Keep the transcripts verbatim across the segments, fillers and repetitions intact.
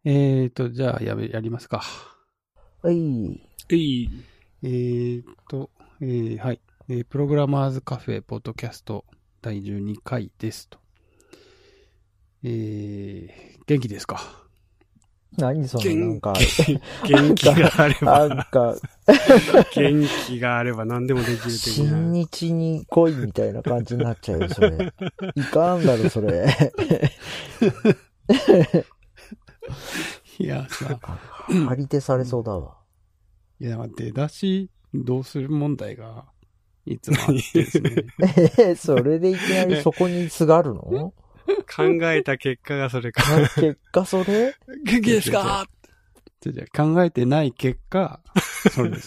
えーと、じゃあやめ、やりますか。 はい。 えい。 えーと、えー、はい。えープログラマーズカフェポッドキャストだいじゅうにかいですと。えー、元気ですか？ 何その、なんか、 元気があれば、 なんか、 元気があれば何でもできる的な。 新日に来いみたいな感じになっちゃうよ、それ。いかんだろ、それ。 いや、さ、 張り手されそうだわ。 いや、出だし、どうする問題が、いつもあってですね。 え、それでいきなりそこにすがるの？ 考えた結果がそれか。 結果それ？ 元気ですか？ じゃじゃ考えてない結果、それです。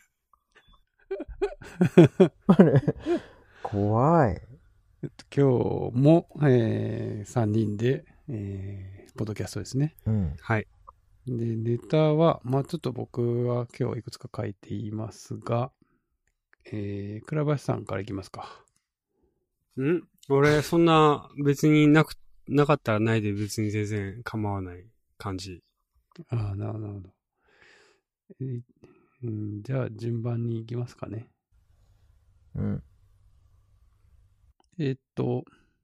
あれ怖い。 えっと、今日も、えー、さんにんで、えー、ポッドキャストですね。 うん。 はい。 で、ネタは、まあちょっと僕は今日いくつか書いていますが、えー、倉林さんからいきますか。 ん俺、そんな、別になく、なかったらないで別に全然構わない感じ。 ああ、なるほど。なるほど。えーうん、じゃあ、順番に行きますかね。 うん。 えーっと、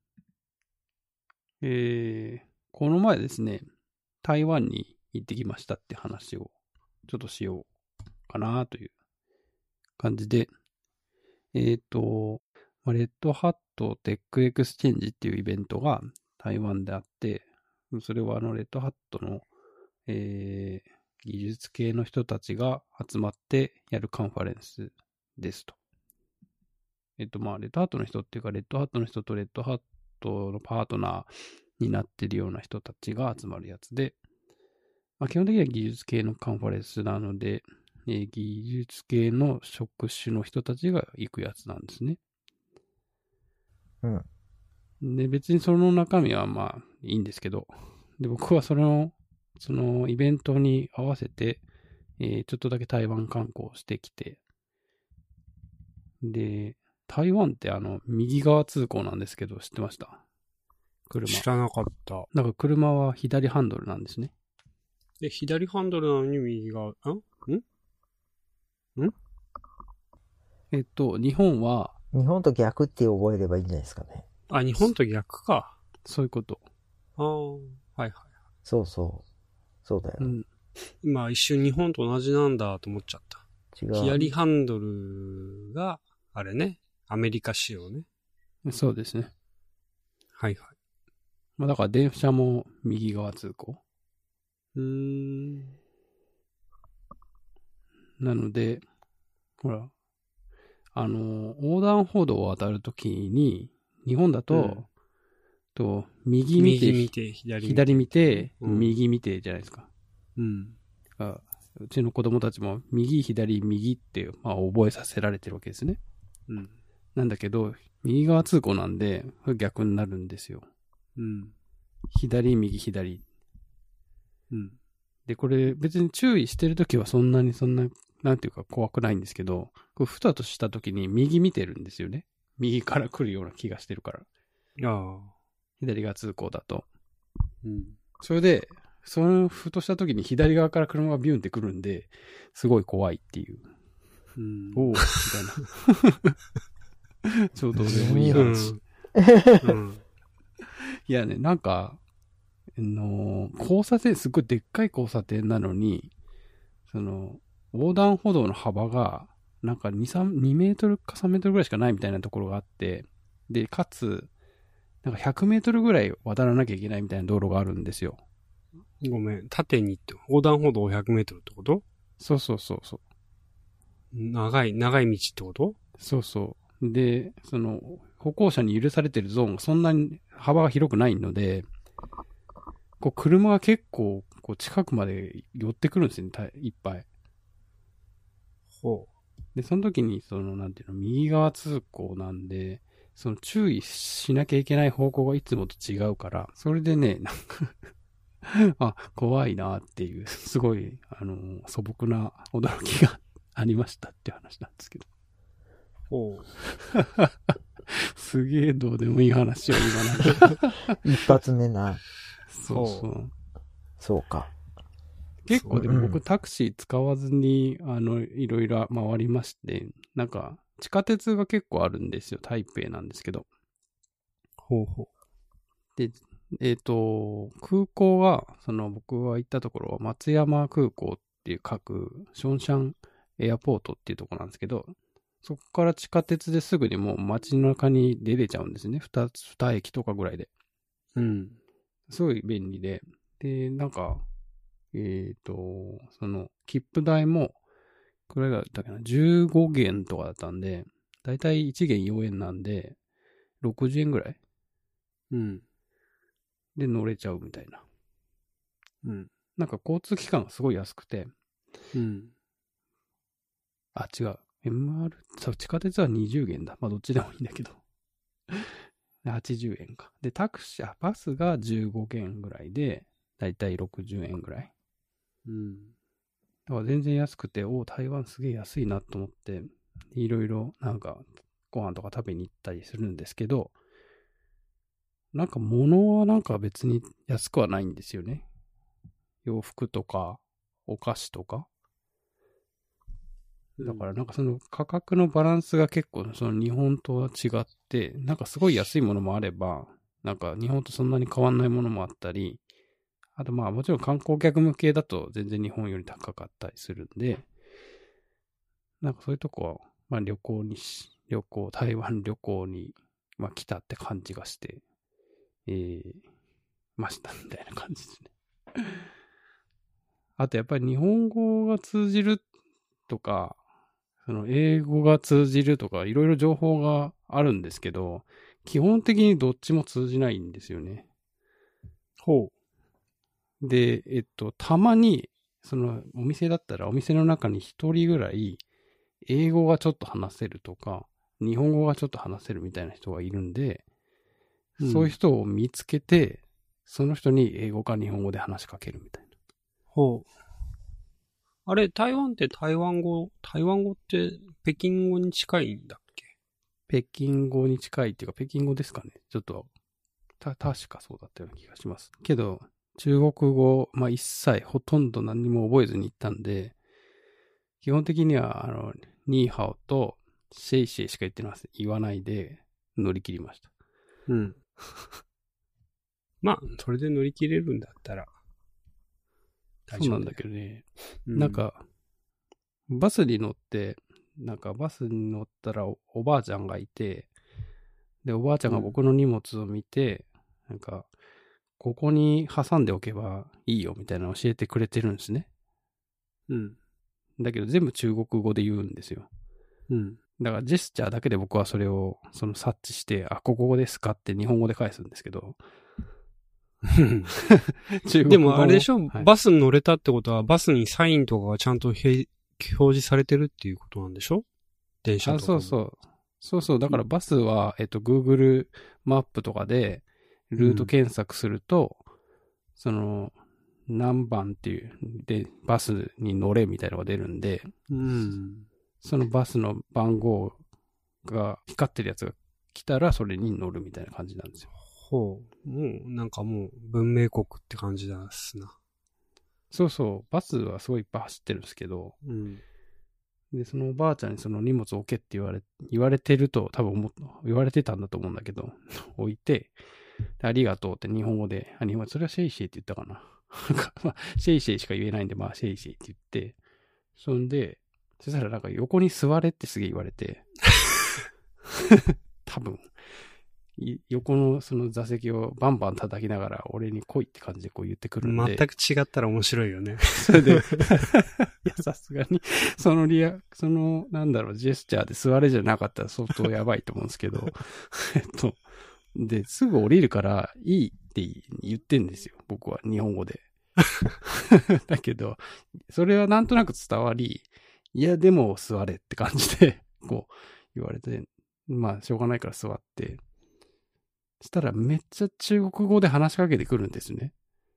えー、この前ですね、台湾に行ってきましたって話をちょっとしようかなという感じで、えーっと、まあレッドハットテックエクスチェンジっていうイベントが台湾であって、それはあのレッドハットの、えー技術系の人たちが集まってやるカンファレンスですと。えっとまあ、レッドハットの人っていうか、レッドハットの人とレッドハットのパートナーになってるような人たちが集まるやつで、まあ、基本的には技術系のカンファレンスなので、えー技術系の職種の人たちが行くやつなんですね。 うん。 で、別にその中身はまあいいんですけど、で、僕はその、そのイベントに合わせて、えーちょっとだけ台湾観光してきて、で、台湾ってあの、右側通行なんですけど、知ってました？車。 知らなかった。 なんか車は左ハンドルなんですね。 で、左ハンドルなのに右が、んんんえっと、日本は、 日本と逆って覚えればいいんじゃないですかね。 あ、日本と逆か。 そういうこと。 ああ、はいはい。 そうそう。そうだよ。 うん。 今一瞬日本と同じなんだと思っちゃった。 違う。 左ハンドルが、あれね、アメリカ仕様ね。 そうですね。 はいはい。 まあだから電車も右側通行。 うーん。 なので、ほら、あの、横断歩道を渡るときに、日本だと、うん、と右見て、 右見て、左見て。 左見て、 うん、 右見てじゃないですか。 うん。 あうちの子供たちも右、左、右って、まあ、覚えさせられてるわけですね。 うん。 なんだけど、右側通行なんで、逆になるんですよ。 うん。 左、右、左。 うん。 で、これ別に注意してるときはそんなにそんな、なんていうか怖くないんですけど、こうふととしたときに右見てるんですよね。右から来るような気がしてるから。 ああ。 左側通行だと。 うん。それで、そのふとしたときに左側から車がビュンって来るんで、すごい怖いっていう。 うん。 おおみたいな。ちょうどでもいい話。うんうん、いやね、なんか、あのー、交差点、すっごいでっかい交差点なのに、その、横断歩道の幅が、なんかに、さん、にメートルかさんメートルぐらいしかないみたいなところがあって、で、かつ、なんかひゃくメートルぐらい渡らなきゃいけないみたいな道路があるんですよ。 ごめん、縦にって、横断歩道ひゃくメートルってこと？ そうそうそうそう。 長い、長い道ってこと？ そうそう。で、その、歩行者に許されてるゾーンがそんなに幅が広くないので、こう車が結構こう近くまで寄ってくるんですよね、いっぱい。 ほう。で、その時に、その、なんていうの、右側通行なんで、その注意しなきゃいけない方向がいつもと違うから、それでね、なんかあ、怖いなっていう、すごい、あの、素朴な驚きがありましたっていう話なんですけど。 ほう。 すげえどうでもいい話を今なんか一発目な。 そうそう。 そうか。 結構でも僕うんタクシー使わずに、あの、いろいろ回りまして、なんか、地下鉄が結構あるんですよ。台北なんですけど。 ほうほう。 で、えっ、と、空港が、その僕が行ったところは松山空港っていう各、ションシャンエアポートっていうところなんですけど、そこから地下鉄ですぐにもう街の中に出れちゃうんですね。二つ、二駅とかぐらいで。 うん。 すごい便利で。で、なんか、えっ、と、その、切符代も、これがだったっけな、じゅうごげんとかだったんで、だいたいいちげんよえんなんで、ろくじゅうえんぐらいうん。 で乗れちゃうみたいな。 うん。 なんか交通機関がすごい安くて、 うん。 あ、違う。エムアール、そう地下鉄はにじゅうげんだ。まあどっちでもいいんだけど。はちじゅうえんか。で、タクシー、あ、バスがじゅうごげんぐらいで、だいたいろくじゅうえんぐらい。 うん。 だから全然安くて、お台湾すげえ安いなと思って、いろいろなんかご飯とか食べに行ったりするんですけど、なんか物はなんか別に安くはないんですよね。洋服とか、お菓子とか。だからなんかその価格のバランスが結構その日本とは違って、なんかすごい安いものもあれば、なんか日本とそんなに変わんないものもあったり、あとまあもちろん観光客向けだと全然日本より高かったりするんで、なんかそういうとこは、まあ旅行にし、旅行、台湾旅行に、まあ来たって感じがして、えー、ましたみたいな感じですね。あとやっぱり日本語が通じるとか、その英語が通じるとか、いろいろ情報があるんですけど、基本的にどっちも通じないんですよね。 ほで、えっと、たまに、そのお店だったらお店の中に一人ぐらい、英語がちょっと話せるとか、日本語がちょっと話せるみたいな人がいるんで、 うんそういう人を見つけて、その人に英語か日本語で話しかけるみたいな。 ほう。あれ、台湾って台湾語、台湾語って北京語に近いんだっけ？ 北京語に近いっていうか、北京語ですかね。ちょっと、た、確かそうだったような気がします。けど、中国語、まあ一切ほとんど何にも覚えずに行ったんで、基本的には、あの、ニーハオとシェイシェイしか言ってます。言わないで乗り切りました。 うん。まあ、それで乗り切れるんだったら。 そうなんだけどね。 うん、 なんか、バスに乗って、なんかバスに乗ったら お, おばあちゃんがいて、で、おばあちゃんが僕の荷物を見て、うん、なんか、ここに挟んでおけばいいよみたいなの教えてくれてるんですね。 うん。 だけど全部中国語で言うんですよ。 うん。 だからジェスチャーだけで僕はそれをその察知して、あ、ここですかって日本語で返すんですけど。 中国語でもあれでしょ、 はい、 バスに乗れたってことはバスにサインとかがちゃんと表示されてるっていうことなんでしょ？電車とか。 あ、そうそう。そうそう。だからバスは、えっと、Google マップとかでルート検索すると、うん、その、何番っていう、で、バスに乗れみたいなのが出るんで、 うん、 そのバスの番号が光ってるやつが来たらそれに乗るみたいな感じなんですよ。 ほう。もう、なんかもう文明国って感じだっすな。 そうそう。バスはすごいいっぱい走ってるんですけど、 うん、 で、そのおばあちゃんにその荷物置けって言われ、言われてると多分思っ言われてたんだと思うんだけど、置いて、ありがとうって日本語で、あ、日本語、それはシェイシェイって言ったかな。まあ、シェイシェイしか言えないんで、まあ、シェイシェイって言って、そんで、そしたらなんか横に座れってすげえ言われて、多分、横のその座席をバンバン叩きながら俺に来いって感じでこう言ってくるんで。 全く違ったら面白いよね。 それで、いや、さすがに、そのリア、その、なんだろう、ジェスチャーで座れじゃなかったら相当やばいと思うんですけど、えっと、で、すぐ降りるからいいって言ってんですよ、僕は、日本語で。だけど、それはなんとなく伝わり、いや、でも座れって感じで、こう、言われて、まあ、しょうがないから座って、したらめっちゃ中国語で話しかけてくるんですね。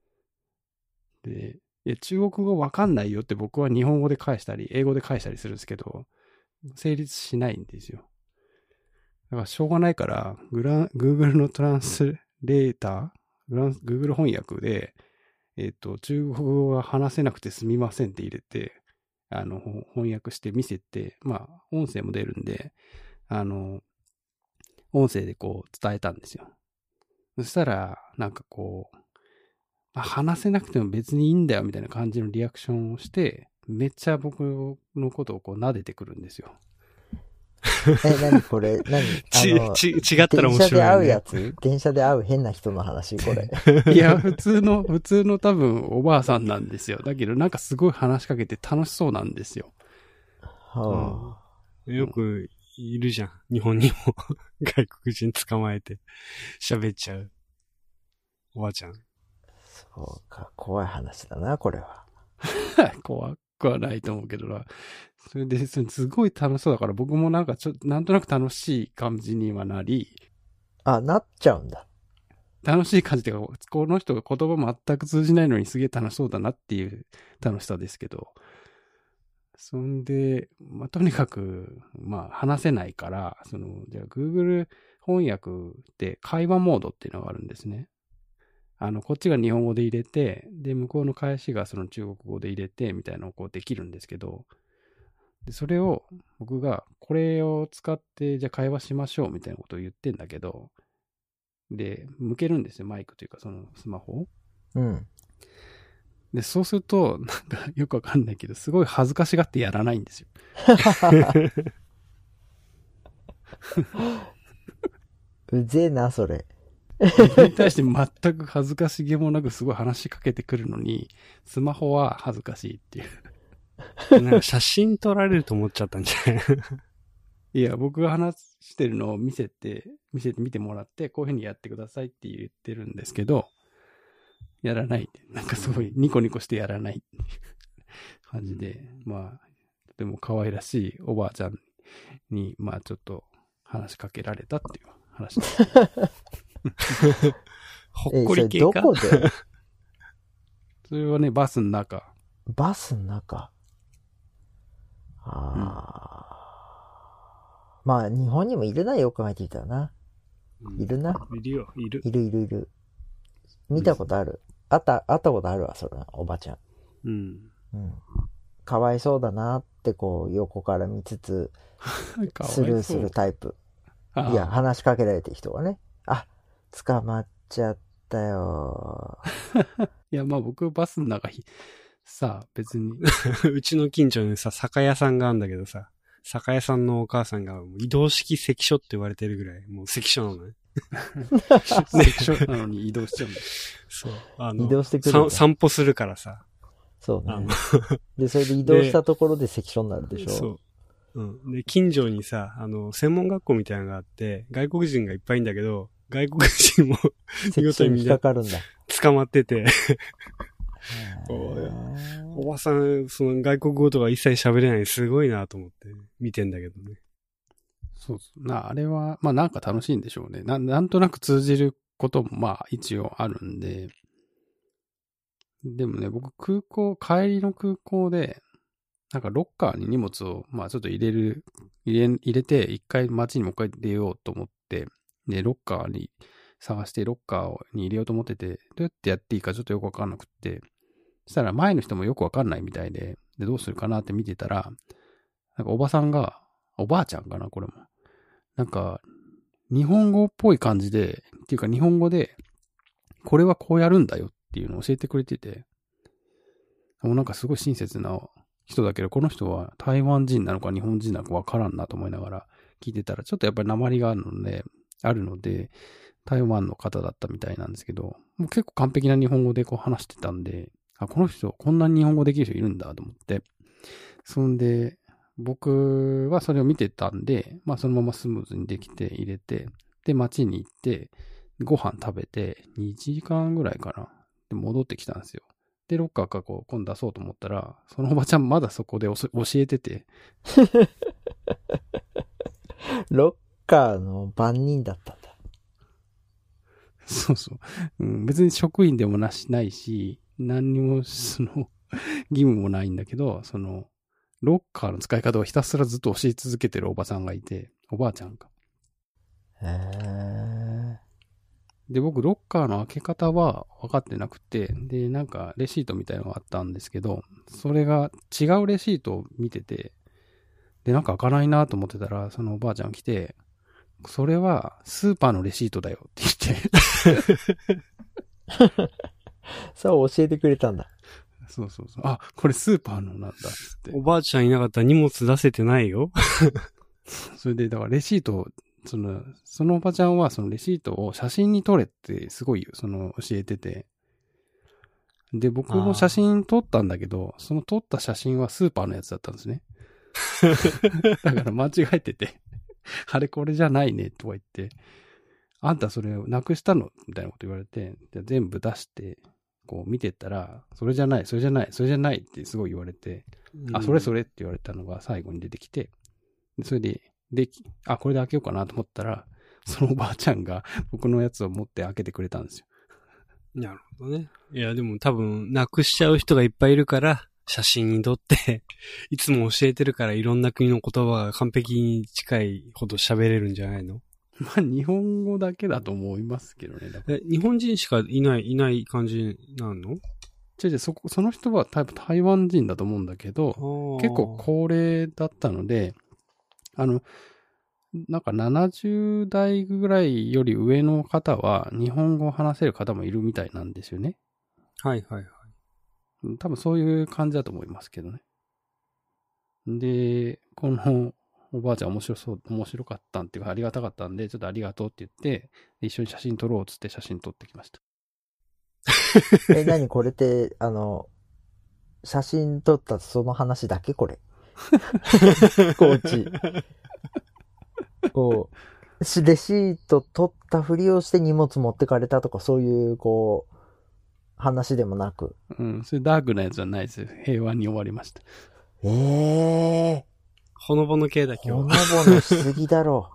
で、いや中国語わかんないよって僕は日本語で返したり、英語で返したりするんですけど、成立しないんですよ。だからしょうがないから、グラ Google のトランスレーター、Google 翻訳で、 えっと、中国語が話せなくてすみませんって入れて、あの、翻訳して見せて、まあ、音声も出るんで、あの、音声でこう伝えたんですよ。そしたら、なんかこう、まあ、話せなくても別にいいんだよみたいな感じのリアクションをして、めっちゃ僕のことをこう撫でてくるんですよ。 え、なにこれ、なにち、 あの、 ち、違ったら面白い、ね。 電車で会うやつ電車で会う変な人の話これ。 いや、普通の、普通の多分おばあさんなんですよ。だけどなんかすごい話しかけて楽しそうなんですよ。 はうん、よくいるじゃん。日本にも外国人捕まえて喋っちゃうおばあちゃん。 そうか、怖い話だな、これは。 怖くはないと思うけどな。それで、すごい楽しそうだから僕もなんかちょっと、なんとなく楽しい感じにはなり。 あ、なっちゃうんだ。 楽しい感じっていうか、この人が言葉全く通じないのにすげえ楽しそうだなっていう楽しさですけど。そんで、まあ、とにかく、まあ、話せないから、その、じゃあ Google 翻訳で会話モードっていうのがあるんですね。あの、こっちが日本語で入れて、で、向こうの返しがその中国語で入れて、みたいなのをこうできるんですけど、でそれを僕がこれを使ってじゃあ会話しましょうみたいなことを言ってんだけど、で、向けるんですよ、マイクというかそのスマホを。 うん。 で、そうすると、なんかよくわかんないけど、すごい恥ずかしがってやらないんですよ。 うぜえな、それ。 僕に対して全く恥ずかしげもなくすごい話しかけてくるのに、スマホは恥ずかしいっていう。 なんか写真撮られると思っちゃったんじゃないいや、僕が話してるのを見せて、見せて見てもらって、こういうふうにやってくださいって言ってるんですけど、やらない。なんかすごいニコニコしてやらない感じで、まあ、とても可愛らしいおばあちゃんに、まあちょっと話しかけられたっていう話です。 ほっこり系か。 え、それどこでそれはね、バスの中。 バスの中。ああ、うん。まあ、日本にもいるな、よく考えていたらな。いるな。 いるよ、いる。 いるいるいる。見たことある。あった、あったことあるわ、それは、おばちゃん。 うん。 うん。かわいそうだなってこう、横から見つつ、スルーするタイプ。いや、話しかけられてる人がね。あ、捕まっちゃったよ。 いや、まあ僕バスの中、さあ別に。 うちの近所にさ、酒屋さんがあるんだけどさ、酒屋さんのお母さんが移動式関所って言われてるぐらい、もう関所なのね。 関所なのに移動しちゃうんだ。 そう。あの、 移動してくるんだ。 散歩するからさ。 そうね。で、それで移動したところで関所になるでしょ。 そう。うん。で、近所にさ、あの、専門学校みたいなのがあって、外国人がいっぱいいんだけど、外国人も関所に引っかかるんだ。 捕まってておばさん、その外国語とか一切喋れないすごいなと思って見てんだけどね。 そうそう。な、あれは、まあなんか楽しいんでしょうね。な、なんとなく通じることもまあ一応あるんで。でもね、僕空港、帰りの空港で、なんかロッカーに荷物を、まあちょっと入れる、入れ、入れて、一回街にもう一回出ようと思って、で、ロッカーに探して、ロッカーに入れようと思ってて、どうやってやっていいかちょっとよくわかんなくって、そしたら前の人もよくわかんないみたいで、で、どうするかなって見てたら、なんかおばさんが、おばあちゃんかな、これも。なんか、日本語っぽい感じで、っていうか日本語で、これはこうやるんだよっていうのを教えてくれてて、もうなんかすごい親切な人だけど、この人は台湾人なのか日本人なのかわからんなと思いながら聞いてたら、ちょっとやっぱり訛りがあるので、あるので、台湾の方だったみたいなんですけど、もう結構完璧な日本語でこう話してたんで、あ、この人、こんなに日本語できる人いるんだと思って。そんで、僕はそれを見てたんで、まあそのままスムーズにできて入れて、で、街に行って、ご飯食べて、にじかんぐらいかな。で、戻ってきたんですよ。で、ロッカーからこう、今度出そうと思ったら、そのおばちゃんまだそこで教えてて。 ロッカーの番人だったんだ。 そうそう。うん、別に職員でもなしないし、何にも、その、義務もないんだけど、その、ロッカーの使い方をひたすらずっと教え続けてるおばさんがいて、おばあちゃんか。 へー。 で、僕、ロッカーの開け方は分かってなくて、で、なんか、レシートみたいなのがあったんですけど、それが違うレシートを見てて、で、なんか開かないなと思ってたら、そのおばあちゃん来て、それはスーパーのレシートだよって言って。 そう教えてくれたんだ。 そうそうそう。あ、これスーパーのなんだっつって。 おばあちゃんいなかったら荷物出せてないよ。 それで、だからレシート、その、そのおばちゃんはそのレシートを写真に撮れってすごい、その、教えてて。で、僕も写真撮ったんだけど、その撮った写真はスーパーのやつだったんですね。だから間違えてて、あれこれじゃないね、とか言って、あんたそれをなくしたのみたいなこと言われて、じゃ全部出して、こう見てったら、それじゃない、それじゃない、それじゃないってすごい言われて、うん、あ、それそれって言われたのが最後に出てきて、それで、で、あ、これで開けようかなと思ったら、そのおばあちゃんが僕のやつを持って開けてくれたんですよ。 なるほどね。いや、でも多分、なくしちゃう人がいっぱいいるから、写真に撮って、いつも教えてるからいろんな国の言葉が完璧に近いほど喋れるんじゃないの？ まあ、日本語だけだと思いますけどね。だえ、日本人しかいない、いない感じなの？ 違う違う、そこ、その人は多分台湾人だと思うんだけど、結構高齢だったので、あの、なんかななじゅう代ぐらいより上の方は日本語を話せる方もいるみたいなんですよね。 はいはいはい。 多分そういう感じだと思いますけどね。で、このおばあちゃん面白そう、面白かったっていうかありがたかったんで、ちょっとありがとうって言って、一緒に写真撮ろうっつって写真撮ってきました。 え、何これって、あの、写真撮ったその話だけこれ。コーチ。こう、レシート取ったふりをして荷物持ってかれたとか、そういう、こう、話でもなく。 うん、それダークなやつはないですよ。平和に終わりました。 ええー。 ほのぼの系だ今日。 ほのぼのしすぎだろ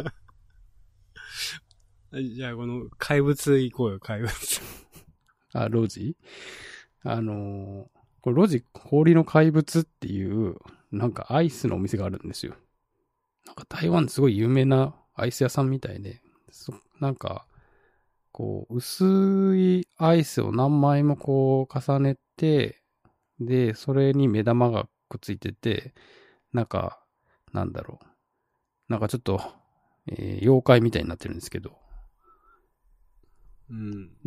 う。じゃあこの怪物行こうよ、怪物。 あ、ロジあのー、これロジ氷の怪物っていう、なんかアイスのお店があるんですよ。なんか台湾ですごい有名なアイス屋さんみたいで、そなんか、こう、薄いアイスを何枚もこう重ねて、で、それに目玉がくっついてて、なんか、なんだろう。なんかちょっと、えー、妖怪みたいになってるんですけど。 うん。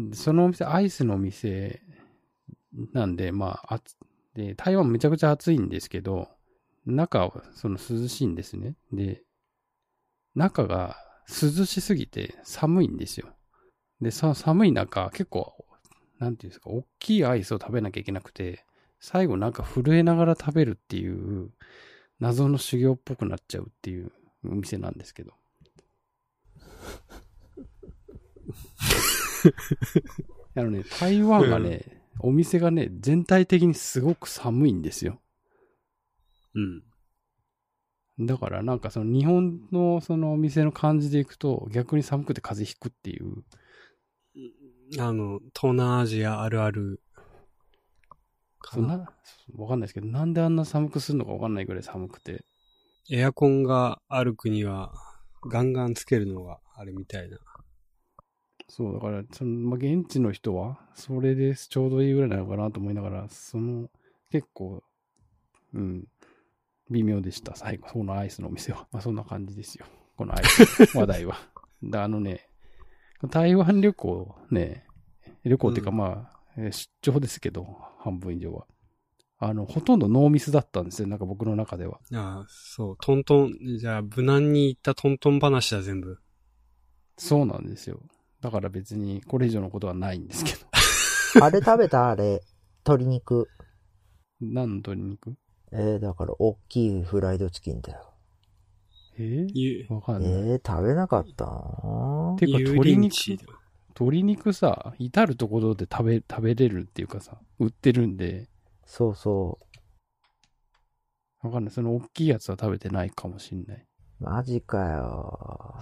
そのお店、アイスのお店なんで、まあ、で、台湾めちゃくちゃ暑いんですけど、中はその涼しいんですね。で、中が涼しすぎて寒いんですよ。で、その寒い中、結構、なんていうんですか、大きいアイスを食べなきゃいけなくて、最後なんか震えながら食べるっていう、謎の修行っぽくなっちゃうっていうお店なんですけど。あのね、台湾がね、お店がね、全体的にすごく寒いんですよ。 うん。 だからなんかその日本のそのお店の感じでいくと逆に寒くて風邪ひくっていう。 あの、東南アジアあるある。 そんな、わかんないですけど、なんであんな寒くするのかわかんないぐらい寒くて。 エアコンがある国はガンガンつけるのがあれみたいな。 そう、だから、その、まあ、現地の人はそれでちょうどいいぐらいなのかなと思いながら、その、結構、うん、微妙でした、最後、そのアイスのお店は。まあ、そんな感じですよ。このアイス話題は。だあのね、台湾旅行ね、旅行っていうか、まあ、うん、出張ですけど、半分以上は。あの、ほとんどノーミスだったんですよ、なんか僕の中では。 ああ、そう、トントン、じゃあ、無難に行ったトントン話だ、全部。 そうなんですよ。だから別にこれ以上のことはないんですけど。 あれ食べたあれ、鶏肉。 何の鶏肉？ えー、だから、大きいフライドチキンだよ。 えー、わかんない。 えー、食べなかったなてか、鶏肉、鶏肉さ、至るところで食べ、食べれるっていうかさ、売ってるんで。 そうそう。 わかんない。その大きいやつは食べてないかもしんない。 マジかよ。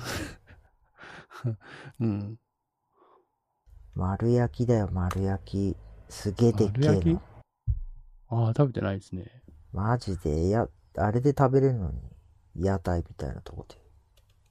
うん。 丸焼きだよ、丸焼き。すげえでっけえの。丸焼き？ ああ、食べてないですね。 マジで、や、あれで食べれるのに。屋台みたいなとこで。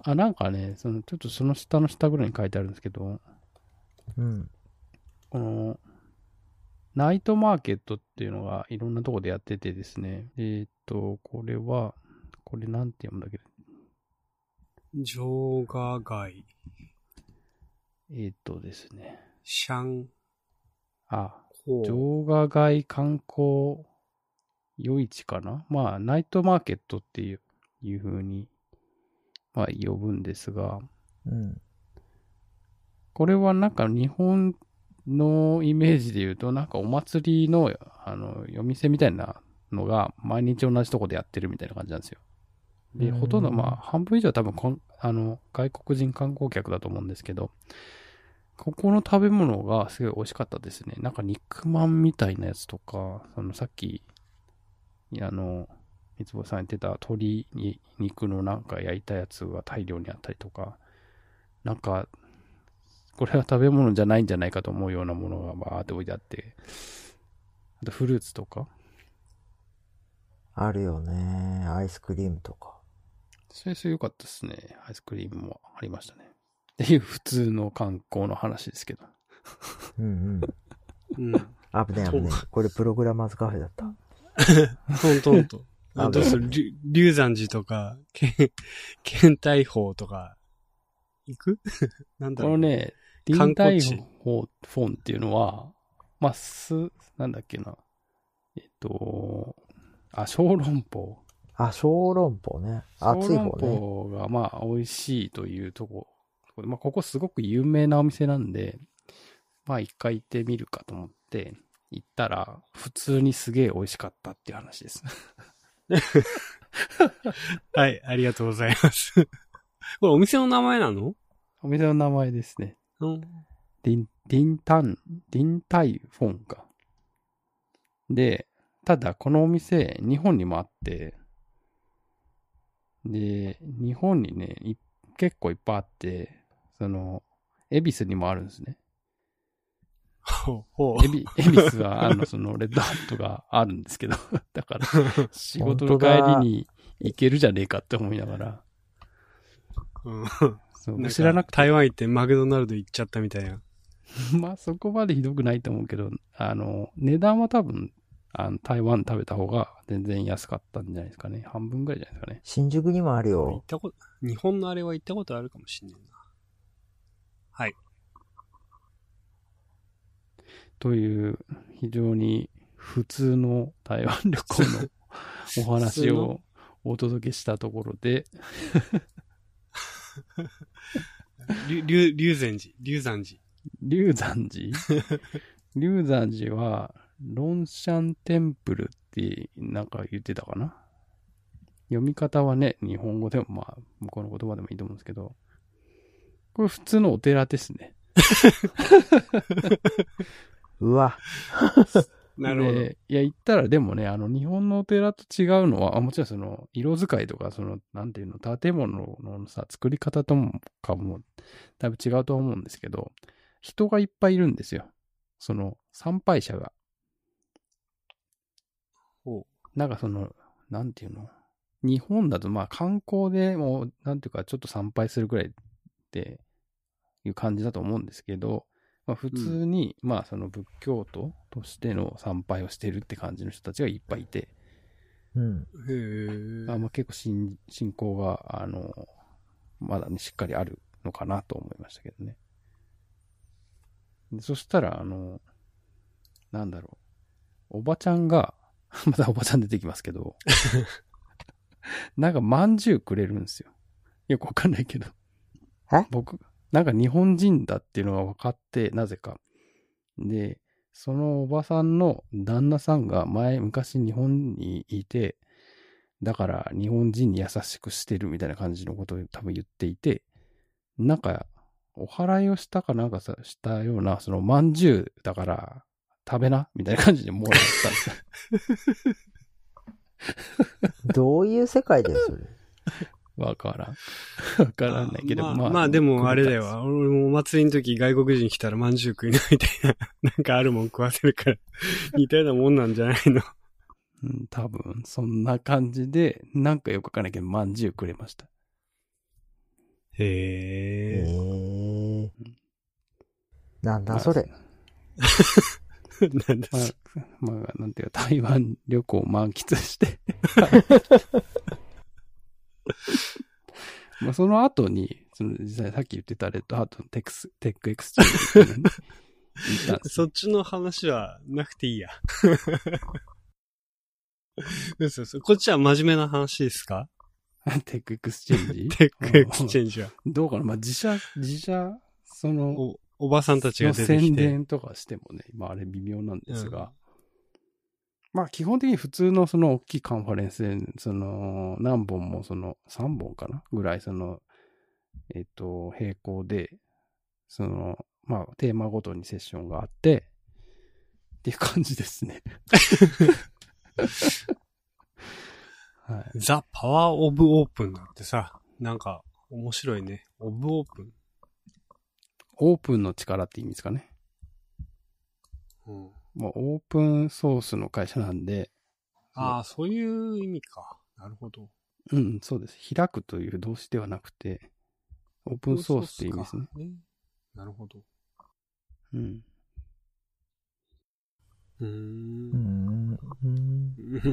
あ、なんかね、その、ちょっとその下の下ぐらいに書いてあるんですけど、 うん。 この、ナイトマーケットっていうのがいろんなとこでやっててですね、えーっと、これは、これなんて読むんだっけど、 場外街。 えーっとですね、 シャン、 あ、 こう。 場外街観光夜市かな、まあ、ナイトマーケットっていう、いう風に、まあ、呼ぶんですが、 うん。 これはなんか日本のイメージで言うと、なんかお祭りの、あの、夜店みたいなのが毎日同じとこでやってるみたいな感じなんですよ。で、ほとんどまあ、半分以上は多分こん、あの、外国人観光客だと思うんですけど、ここの食べ物がすごい美味しかったですね。なんか肉まんみたいなやつとか、そのさっき、あの、三つ星さん言ってた鶏に肉のなんか焼いたやつが大量にあったりとか、なんか、これは食べ物じゃないんじゃないかと思うようなものがバーって置いてあって、あとフルーツとか。 あるよね。アイスクリームとか。 それそれ良かったですね。アイスクリームもありましたね。っていう普通の観光の話ですけど。 うんうん。 うん。危ね危ね。これプログラマーズカフェだった。 ほんとほんと。あ、どうする龍山寺とか、県大法とか、行くなんだろう。 このね、ディンタイフォンっていうのは、まあ、す、なんだっけな。えっと、あ、小籠包。 あ、小籠包ね。熱い方ね。 小籠包がまあ美味しいというところ。まあここすごく有名なお店なんで、まあ一回行ってみるかと思って行ったら普通にすげえ美味しかったっていう話です。 はい、ありがとうございます。これお店の名前なの？ お店の名前ですね。 うん。 ディン、ディンタン、ディンタイフォンか。で、ただこのお店日本にもあって、で、日本にね、結構いっぱいあって、その、恵比寿にもあるんですね。 ほうほう。 恵比、恵比寿は、あの、その、レッドハットがあるんですけど、だから、仕事の帰りに行けるじゃねえかって思いながら。 うん、 そう、知らなくて。 台湾行ってマクドナルド行っちゃったみたいな。 まあ、そこまでひどくないと思うけど、あの、値段は多分、あの台湾食べた方が全然安かったんじゃないですかね。半分ぐらいじゃないですかね。 新宿にもあるよ。 行ったこと、日本のあれは行ったことあるかもしれないな。はい。 という、非常に普通の台湾旅行のお話をお届けしたところで、 龍、龍山寺、龍山寺。 龍山寺龍山寺は、ロンシャンテンプルってなんか言ってたかな。読み方はね、日本語でもまあ、向こうの言葉でもいいと思うんですけど、これ普通のお寺ですね。 うわ。 なるほど。 いや、言ったらでもね、あの、日本のお寺と違うのは、もちろんその、色使いとか、その、なんていうの、建物のさ、作り方ともかも、だいぶ違うと思うんですけど、人がいっぱいいるんですよ。その、参拝者が。なんかその、なんていうの、日本だとまあ観光でもう、なんていうかちょっと参拝するぐらいっていう感じだと思うんですけど、まあ普通に、まあその仏教徒としての参拝をしてるって感じの人たちがいっぱいいて、 うん。 へあまあ結構信信仰が、あの、まだね、しっかりあるのかなと思いましたけどね。でそしたら、あの、なんだろう、おばちゃんが、またおばちゃん出てきますけど、なんかまんじゅうくれるんですよ。よくわかんないけど。 え？ 僕、なんか日本人だっていうのが分かって、なぜか。で、そのおばさんの旦那さんが前、昔日本にいて、だから日本人に優しくしてるみたいな感じのことを多分言っていて、なんか、お祓いをしたかなんかさ、したような、そのまんじゅうだから食べなみたいな感じでもらったんですよ。 どういう世界だよ、それ。 わからん。わからないけど、 まあ、 まあ。 まあでもあれだよ。俺もお祭りの時外国人来たらまんじゅう食いなみたいな、なんかあるもん食わせるから、似たようなもんなんじゃないの？ うん、多分、そんな感じで、なんかよくわからないけど、まんじゅうくれました。 へへえ。 え。なんだそれ。 なんだまあ、まあ、なんていうか、台湾旅行を満喫して。まあ、その後に、その実際さっき言ってたレッドハートのテックス、テックエクスチェンジっていうのに行ったんです、ね。 そっちの話はなくていいや。そうそう。こっちは真面目な話ですか？ テックエクスチェンジテックエクスチェンジは。 どうかな、まあ、自社、自社、その、 お、おばさんたちが出てきて。 宣伝とかしてもね、まああれ微妙なんですが、うん、まあ基本的に普通のその大きいカンファレンスで、その何本もそのさんぼんかなぐらいその、えっと、並行で、その、まあテーマごとにセッションがあって、っていう感じですね。はい、 ザ・パワー・オブ・オープンだってさ、なんか面白いね。オブ・オープン。 オープンの力って意味ですかね。うん。まあ、オープンソースの会社なんで。 ああ、そういう意味か。なるほど。 うん、そうです。開くという動詞ではなくて、オープンソースって意味ですね。 ね、なるほど。 うん。 うーん。うん。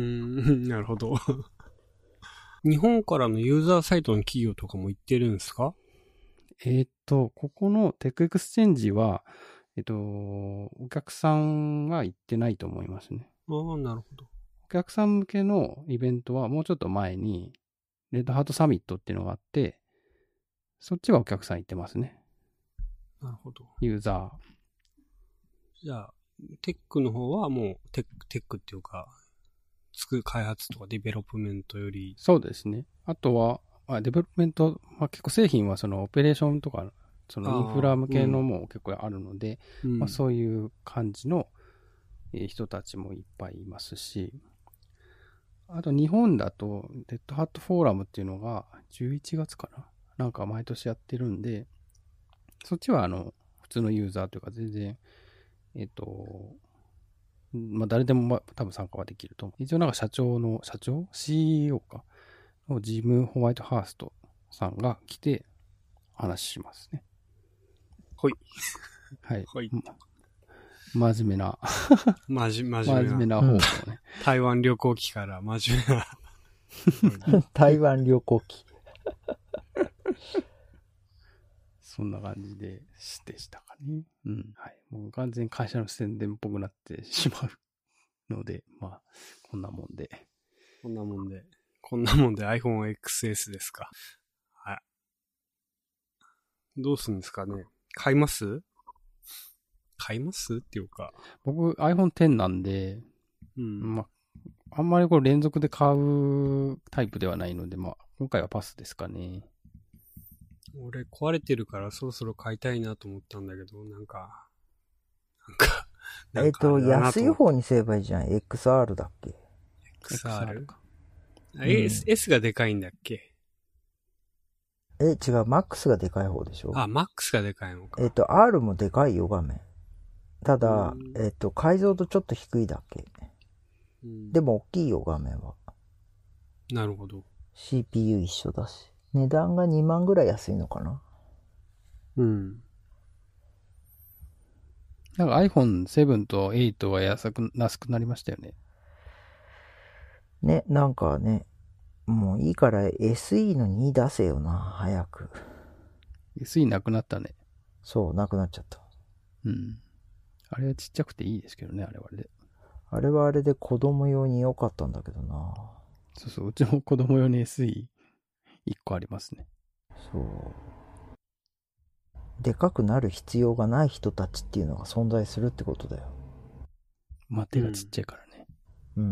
なるほど。日本からのユーザーサイトの企業とかも行ってるんですか？ えっと、ここのテックエクスチェンジは、えっと、お客さんは行ってないと思いますね。 ああ、なるほど。 お客さん向けのイベントはもうちょっと前に、レッドハートサミットっていうのがあって、そっちはお客さん行ってますね。 なるほど。 ユーザー。 じゃあ、テックの方はもうテック、テックっていうか、作る開発とかディベロップメントより。 そうですね。あとは、まあ、デベロップメント、まあ、結構製品はそのオペレーションとか、そのインフラ向けのも結構あるので、うんまあ、そういう感じの人たちもいっぱいいますし、あと日本だと、レッドハットフォーラムっていうのがじゅういちがつかななんか毎年やってるんで、そっちはあの、普通のユーザーというか全然、えっと、まあ誰でも多分参加はできると思う。一応なんか社長の、社長 ?シーイーオー か。のジム・ホワイトハーストさんが来て話しますね。 ほい。 はい。 ほい。 真面目な。 まじ、真面目な。 真面目な方法ね。 台湾旅行記から真面目な。 台湾旅行記。 そんな感じで、でしたかね。うん。はい。もう完全に会社の宣伝っぽくなってしまうので、まあ、こんなもんで。 こんなもんで。こんなもんで アイフォンエックスエス ですか。はい。どうするんですかね。買います買いますっていうか。 僕 アイフォンテン なんで、 うん。 まあ、あんまりこれ連続で買うタイプではないので、まあ、今回はパスですかね。 俺壊れてるからそろそろ買いたいなと思ったんだけど、なんか、なんか、 えっと、安い方にすればいいじゃん。エックスアール だっけ ?エックスアール か。 うん、 S, S がでかいんだっけ？ え、違う、MAX がでかい方でしょ？ あ、MAX がでかいのか。 えっと、R もでかいよ、画面。ただ、えっと、解像度ちょっと低いだっけ。うん、でも、大きいよ、画面は。 なるほど。 シーピーユー 一緒だし。値段がにまんぐらい安いのかな？ うん。 なんか アイフォンセブン とエイトは安く、安くなりましたよね。 ね、なんかね、もういいから エスイー のに出せよな、早く。 エスイー なくなったね。 そう、なくなっちゃった。 うん。あれはちっちゃくていいですけどね、あれはあれで。 あれはあれで子供用に良かったんだけどな。 そうそう、うちも子供用に エスイーいっこありますね。 そう。でかくなる必要がない人たちっていうのが存在するってことだよ。 まあ、手がちっちゃいからね。 うん。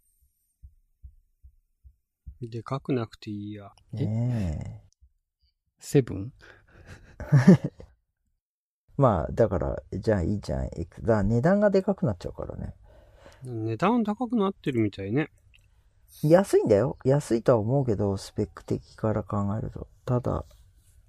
でかくなくていいや。 ねえ。 セブンまあ、だから、じゃあいいじゃん。だから値段がでかくなっちゃうからね。 値段高くなってるみたいね。 安いんだよ。安いとは思うけど、スペック的から考えると。ただ、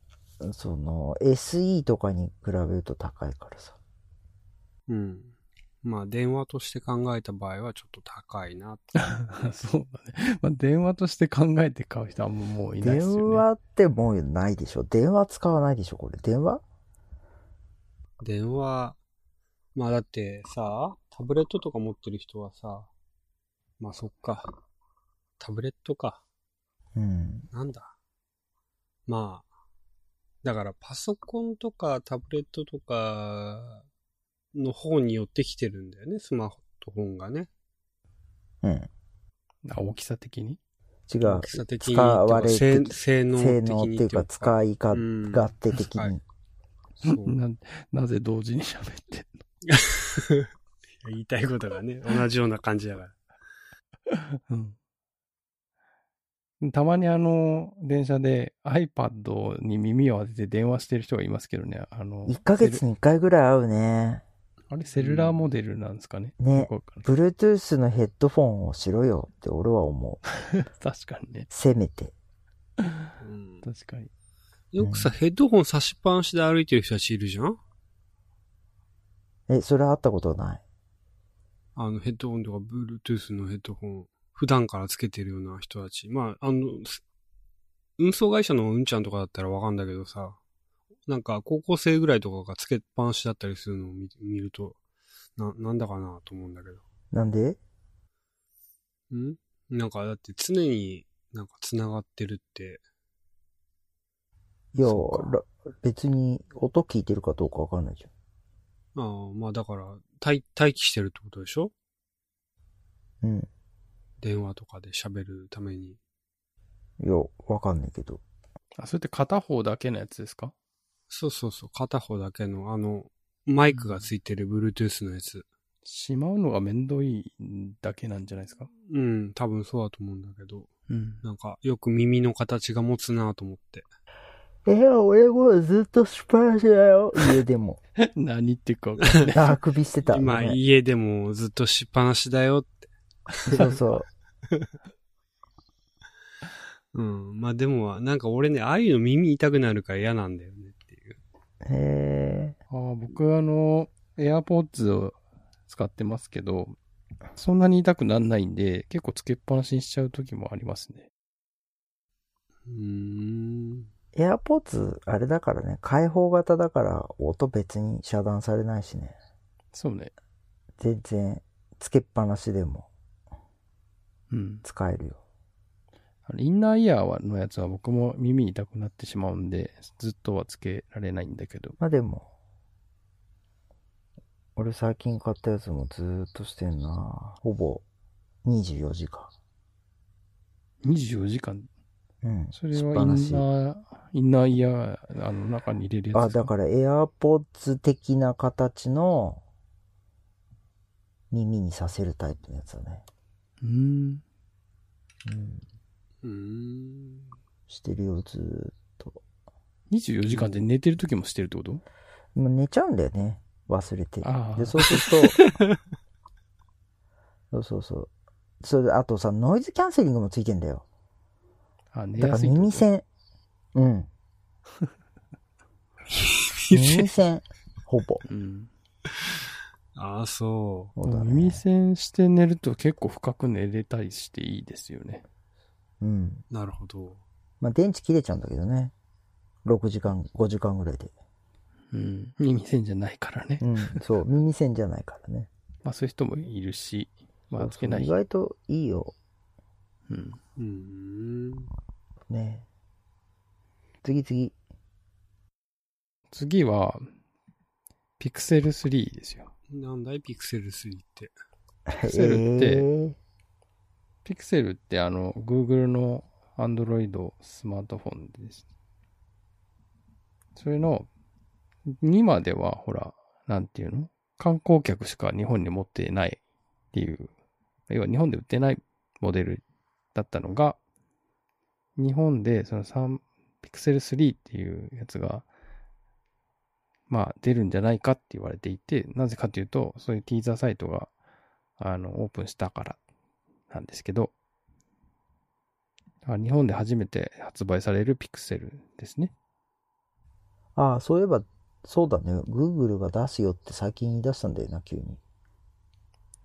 その、エスイー とかに比べると高いからさ。 うん。 まあ電話として考えた場合はちょっと高いなって。 そうだね。まあ電話として考えて買う人はもういないですよね。 電話ってもうないでしょ。電話使わないでしょ、これ。電話電話、まあだってさ、タブレットとか持ってる人はさ、まあそっか。タブレットか。 うん。 なんだ。まあ、だからパソコンとかタブレットとかの方に寄ってきてるんだよね、スマホと本がね。 うん。 あ、大きさ的に違う。 大きさ的に使われて性性能的に性能っていうか、使い勝手的に。 な, なぜ同時に喋ってんの言いたいことがね、同じような感じだから。 うん、たまにあの、電車で iPad に耳を当てて電話してる人がいますけどね。あの、 いっかげつにいっかいぐらい会うね。 あれ、セルラーモデルなんですかね。 うん、ね。Bluetooth のヘッドフォンをしろよって俺は思う。 確かにね。 せめて。 うん、 確かに。 よくさ、うん、ヘッドホン差しっぱなしで歩いてる人たちいるじゃん？ え、それは会ったことない。 あの、ヘッドホンとか、Bluetooth のヘッドホン、普段からつけてるような人たち。まあ、あの、運送会社のうんちゃんとかだったらわかんだけどさ、なんか高校生ぐらいとかがつけっぱなしだったりするのを 見, 見ると、な、なんだかなと思うんだけど。 なんで？ ん？なんかだって常になんか繋がってるって。 いや、別に音聞いてるかどうかわかんないじゃん。ああ、まあだから、待、待機してるってことでしょ？ うん。 電話とかで喋るために。 いや、わかんないけど。 あ、それって片方だけのやつですか？ そうそうそう、片方だけの、あの、マイクがついてる Bluetooth のやつ。 しまうのがめんどいだけなんじゃないですか？ うん、多分そうだと思うんだけど。 うん。なんか、よく耳の形が持つなと思って。 えー、俺もずっとしっぱなしだよ。家でも。 何言ってるか分かんない。 あくびしてた。 今、家でもずっとしっぱなしだよって。 そうそう。 うん。まあでも、なんか俺ね、ああいうの耳痛くなるから嫌なんだよねっていう。 へえ。 ああ、僕あの、AirPods を使ってますけど、そんなに痛くならないんで、結構つけっぱなしにしちゃう時もありますね。 うーん。 AirPods、あれだからね、開放型だから音別に遮断されないしね。 そうね。 全然、つけっぱなしでも、 うん。 使えるよ。 インナーイヤーのやつは僕も耳痛くなってしまうんで、ずっとはつけられないんだけど。 まあでも、俺最近買ったやつもずーっとしてんな。ほぼにじゅうよじかん。にじゅうよじかん？ うん。 それはインナー、インナーイヤーあの中に入れるやつですか？ あ、だから AirPods 的な形の耳にさせるタイプのやつだね。 うーん。 うん。 うーん。 してるよ、ずーっと。 にじゅうよじかんで寝てる時もしてるってこと？ もう寝ちゃうんだよね。忘れて。 ああ。 で、そうすると、そうそうそう。それで、あとさ、ノイズキャンセリングもついてんだよ。 あ、寝だからやすいってこと？ 耳栓。うん。耳栓。ほぼ。 うん。 ああ、そう。 そうだね。 耳栓して寝ると結構深く寝れたりしていいですよね。 うん。 なるほど。 まあ、電池切れちゃうんだけどね。ろくじかん、ごじかんぐらいで。 うん。耳栓じゃないからね。 うん。そう。耳栓じゃないからね。 まあそういう人もいるし、まあつけない。 意外といいよ。 うん。 うーん。 ね。次次。 次は、ピクセルスリーですよ。 なんだいピクセルスリーって。 ピクセルって、えー、ピクセルってあの、Google の Android スマートフォンです。それのにまでは、ほら、なんていうの？観光客しか日本に持ってないっていう、要は日本で売ってないモデルだったのが、日本でそのさん、ピクセルスリーっていうやつが、まあ出るんじゃないかって言われていて、なぜかというと、そういうティーザーサイトが、あの、オープンしたからなんですけど、日本で初めて発売されるピクセルですね。 ああ、そういえば、そうだね。Google が出すよって最近言い出したんだよな、急に。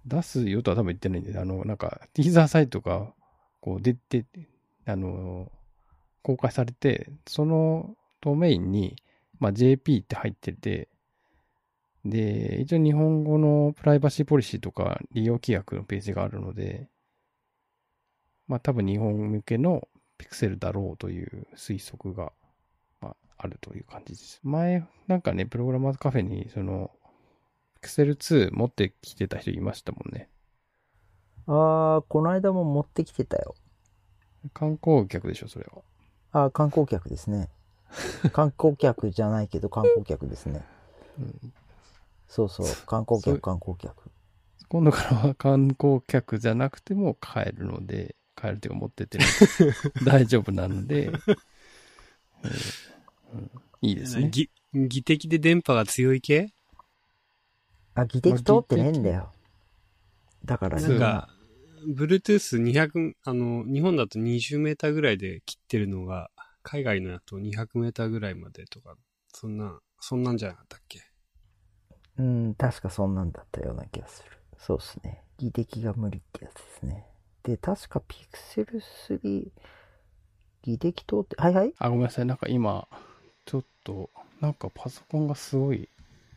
出すよとは多分言ってないんで、あの、なんか、ティーザーサイトが、こう出て、あの、公開されて、そのドメインに、まあ、ジェーピー って入ってて、で、一応日本語のプライバシーポリシーとか利用規約のページがあるので、まあ多分日本向けのピクセルだろうという推測が、まあ、あるという感じです。前、なんかね、プログラマーズカフェに、その、ピクセルツー持ってきてた人いましたもんね。 ああ、この間も持ってきてたよ。 観光客でしょ、それは。 ああ、観光客ですね。観光客じゃないけど観光客ですね。うん、そうそう、観光客、観光客。 今度からは観光客じゃなくても買えるので、買えるというか持ってってる大丈夫なので、えーうん、いいですね。 ぎ技的で電波が強い系？ あ、技的通ってねえんだよ。だからなんか、Bluetooth にひゃく、あの、日本だとにじゅうメーターぐらいで切ってるのが、海外のやとにひゃくメーターぐらいまでとか、そんな、そんなんじゃなかったっけ？ うん、確かそんなんだったような気がする。そうですね。技的が無理ってやつですね。で、確か ピクセルスリー、技的通って、はいはい。 あ、ごめんなさい。なんか今、ちょっと、なんかパソコンがすごい、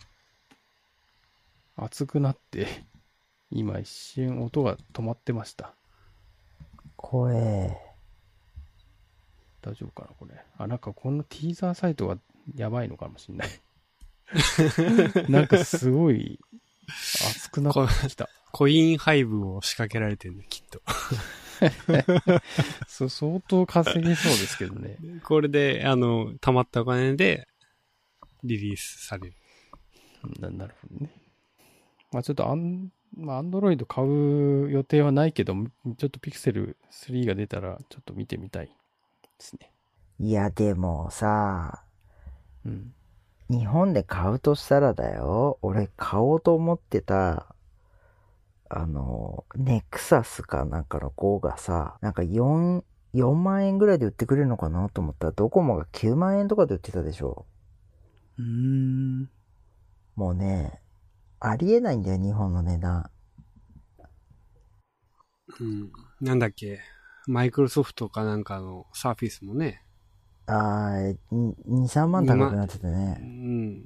熱くなって、今一瞬音が止まってました。 怖え。 大丈夫かなこれ。あ、なんかこのティーザーサイトがやばいのかもしれない。なんかすごい熱くなってきた。 コインハイブを仕掛けられてるね、きっと。 そう、相当稼げそうですけどね。 これで、あの、溜まったお金でリリースされる。 な, なるほどね。まあちょっとアン、まあ、アンドロイド買う予定はないけど、ちょっとピクセルスリーが出たらちょっと見てみたいですね。 いや、でもさ、 うん。 日本で買うとしたらだよ、俺買おうと思ってた、あの、ネクサスかなんかのごがさ、なんか4、よんまん円ぐらいで売ってくれるのかなと思ったら、ドコモがきゅうまん円とかで売ってたでしょ。 うーん。 もうね、ありえないんだよ、日本の値段。 うん。なんだっけ、マイクロソフトかなんかのサーフィスもね。 あー、に、さんまん高くなっててね。 うん。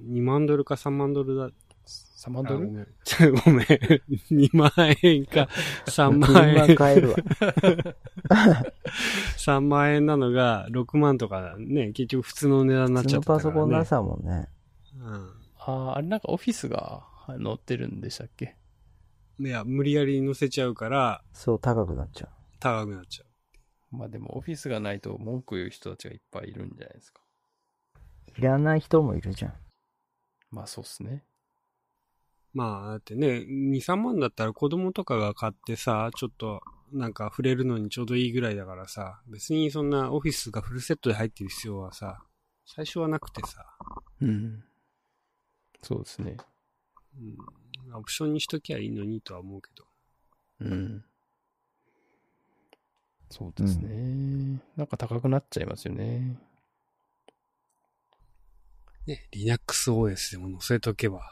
にまんドルかさんまんドルだ。 さんまんドル、 ね、ごめん。にまん円かさんまん円。 にまん買えるわ。 さんまん円なのがろくまんとかね、結局普通の値段になっちゃったからね。 普通のパソコンの朝もんね。 うん。 ああ、あれなんかオフィスが載ってるんでしたっけ？ いや、無理やり載せちゃうから、 そう、高くなっちゃう。 高くなっちゃう。 まあでもオフィスがないと文句言う人たちがいっぱいいるんじゃないですか。 いらない人もいるじゃん。 まあそうっすね。 まあ、だってね、に、さんまんだったら子供とかが買ってさ、ちょっとなんか触れるのにちょうどいいぐらいだからさ、別にそんなオフィスがフルセットで入ってる必要はさ、最初はなくてさ。 うん。そうですね。 うん。オプションにしときゃいいのにとは思うけど。 うん。そうですね、うん。なんか高くなっちゃいますよね。 ね、Linux オーエス でも載せとけば。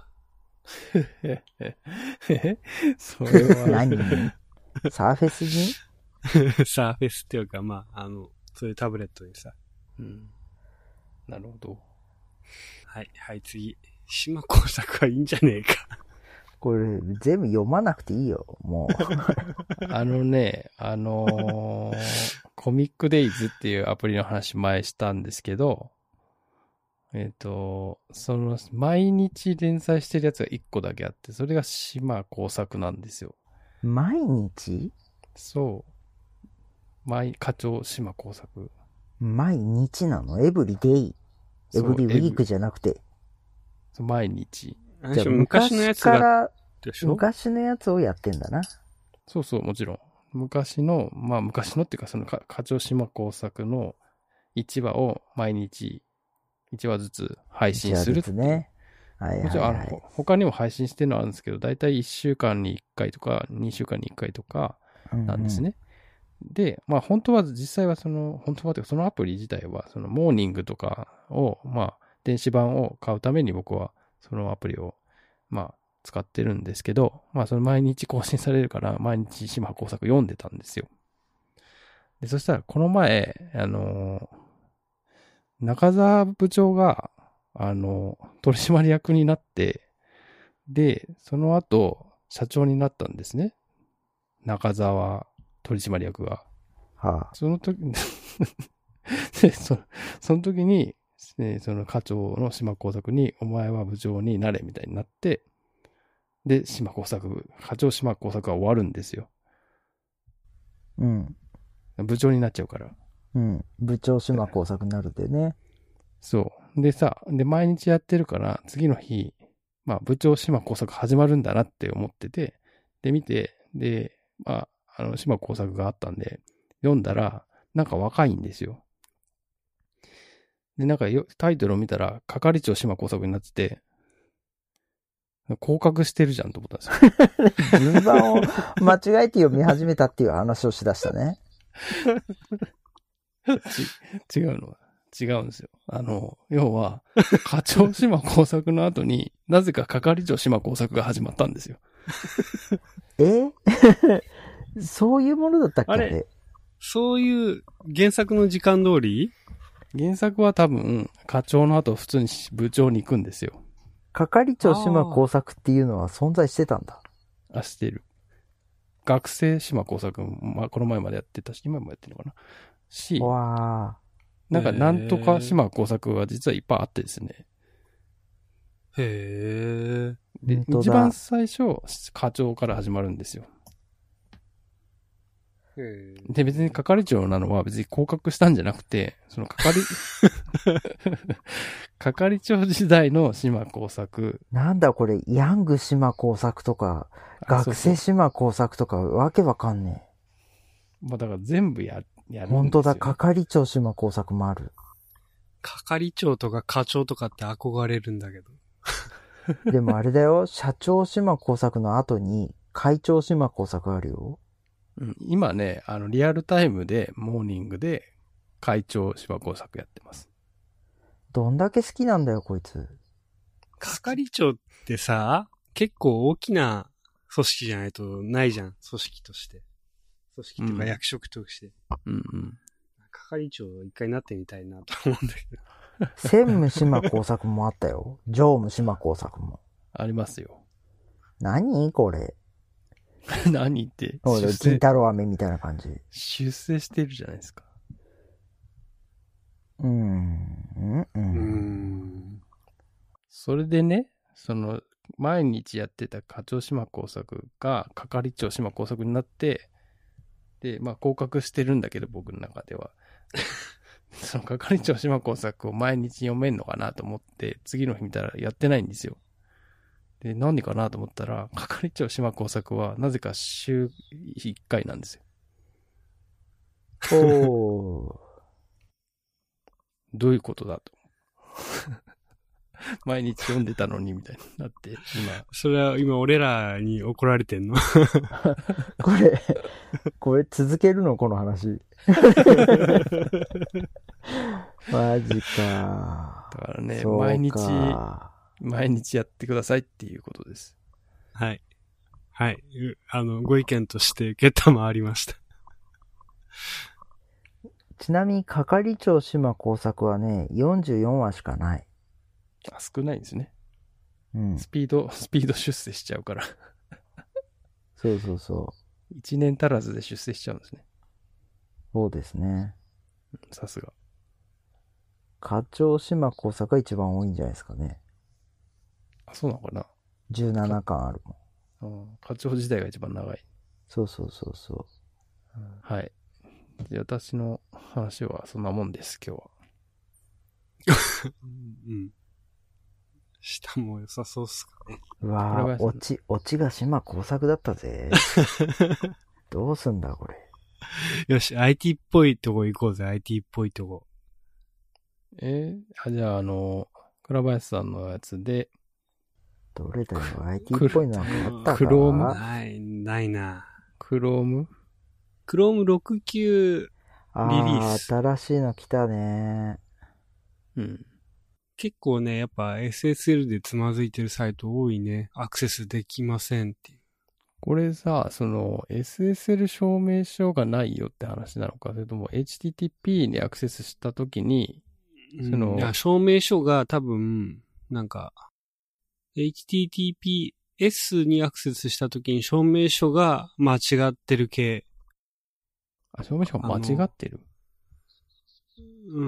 それは何サーフェスにサーフェスっていうか、まあ、あの、そういうタブレットにさ。 うん。なるほど。 はい、はい、次。島工作はいいんじゃねえか。 これ、全部読まなくていいよ、もう。あのね、あのー、コミックデイズっていうアプリの話前したんですけど、えっと、その、毎日連載してるやつがいっこだけあって、それが島工作なんですよ。 毎日？ そう。毎、課長島工作。 毎日なの？エブリデイ。エブリウィークじゃなくて。 毎日。 じゃあ昔のやつが、 昔のやつをやってんだな。 そうそう、もちろん。昔の、まあ昔のっていうか、その課長島工作のいちわを毎日、いちわずつ配信するっていう。 ね。はいはいはい。 もちろんあの、他にも配信してるのはあるんですけど、だいたいいっしゅうかんにいっかいとか、にしゅうかんにいっかいとか、なんですね。うんうん、で、まあ本当は実際はその、本当はというかそのアプリ自体は、そのモーニングとかを、まあ電子版を買うために僕はそのアプリを、まあ使ってるんですけど、まあその毎日更新されるから毎日島耕作読んでたんですよ。で、そしたらこの前、あの、中澤部長が、あの、取締役になって、で、その後、社長になったんですね。中澤取締役が。 はあ、 その時、でそ、その時に、ね、その課長の島耕作に、お前は部長になれみたいになって、で、島耕作、課長島耕作は終わるんですよ。 うん。 部長になっちゃうから。 うん。部長島耕作になるでね。 そう。でさ、で、毎日やってるから、次の日、まあ、部長島耕作始まるんだなって思ってて、で、見て、で、まあ、あの、島耕作があったんで、読んだら、なんか若いんですよ。で、なんかよタイトルを見たら、係長島耕作になってて、降格してるじゃんと思ったんですよ。 順番を間違えて読み始めたっていう話をしだしたね。 ち違うのは違うんですよ。あの、要は、課長島耕作の後になぜか係長島耕作が始まったんですよ。 えそういうものだったっけ？ あれそういう原作の時間通り？ 原作は多分、課長の後普通に部長に行くんですよ。 係長島耕作っていうのは存在してたんだ。 あ、してる。学生島耕作も、まあ、この前までやってたし、今もやってるのかな。し、 わなんかなんとか島耕作は実はいっぱいあってですね。 へー。 で、一番最初、課長から始まるんですよ。で、別に係長なのは別に降格したんじゃなくて、その係、係長時代の島耕作。 なんだこれ、ヤング島耕作とか、学生島耕作とか、わけわかんねえ。まあだから全部や、やるんですよ。 本当だ、係長島耕作もある。 係長とか課長とかって憧れるんだけど。 でもあれだよ、社長島耕作の後に、会長島耕作あるよ。 うん、今ね、あの、リアルタイムで、モーニングで、会長島耕作やってます。 どんだけ好きなんだよ、こいつ。 係長ってさ、結構大きな組織じゃないとないじゃん、組織として。組織とか役職として。 うんうん。 係長一回なってみたいなと思うんだけど。 専務島耕作もあったよ。常務島耕作も。 ありますよ。 何これ。 何って。 ほら、金太郎飴みたいな感じ。 出世してるじゃないですか。 うーん。うんうーん。 それでね、その、毎日やってた課長島耕作が係長島耕作になって、で、まあ、降格してるんだけど、僕の中では。その係長島耕作を毎日読めんのかなと思って、次の日見たらやってないんですよ。で、何かなと思ったら、係長島耕作はなぜか週いっかいなんですよ。 おー。 どういうことだと。毎日読んでたのにみたいになって、今。 それは今俺らに怒られてんの？ これ、これ続けるのこの話。マジか。 だからね、毎日、毎日やってくださいっていうことです。 はい。はい。あの、ご意見としてゲッタもありました。 ちなみに、係長島耕作はね、よんじゅうよんわしかない。 あ、少ないんですね。 うん。 スピード、スピード出世しちゃうから。 そうそうそう。 一年足らずで出世しちゃうんですね。 そうですね。 さすが。 課長島耕作が一番多いんじゃないですかね。 あ、そうなのかな。 じゅうななかんあるもん。うん、課長時代が一番長い。 そうそうそうそう。 うん、はい。で、私の話はそんなもんです、今日は。 うん。下も良さそうっすかね。 うわぁ、オチ、オチが島耕作だったぜ。どうすんだ、これ。 よし、アイティー っぽいとこ行こうぜ、アイティー っぽいとこ。 えー、あ、じゃあ、あの、倉林さんのやつで、 どれだよ、アイティー っぽいのなんかあったか？ クローム？ ない、ないな。 クローム？ クロームろくじゅうきゅうリリース。 あー、新しいの来たね。 うん。 結構ね、やっぱ エスエスエル でつまずいてるサイト多いね。アクセスできませんっていう。 これさ、その エスエスエル 証明書がないよって話なのか、それとも エイチティーティーピー にアクセスしたときに、その、 うん、いや、証明書が多分、なんか、エイチティーティーピーエス にアクセスしたときに証明書が間違ってる系。 あ、証明書が間違ってる？ うん。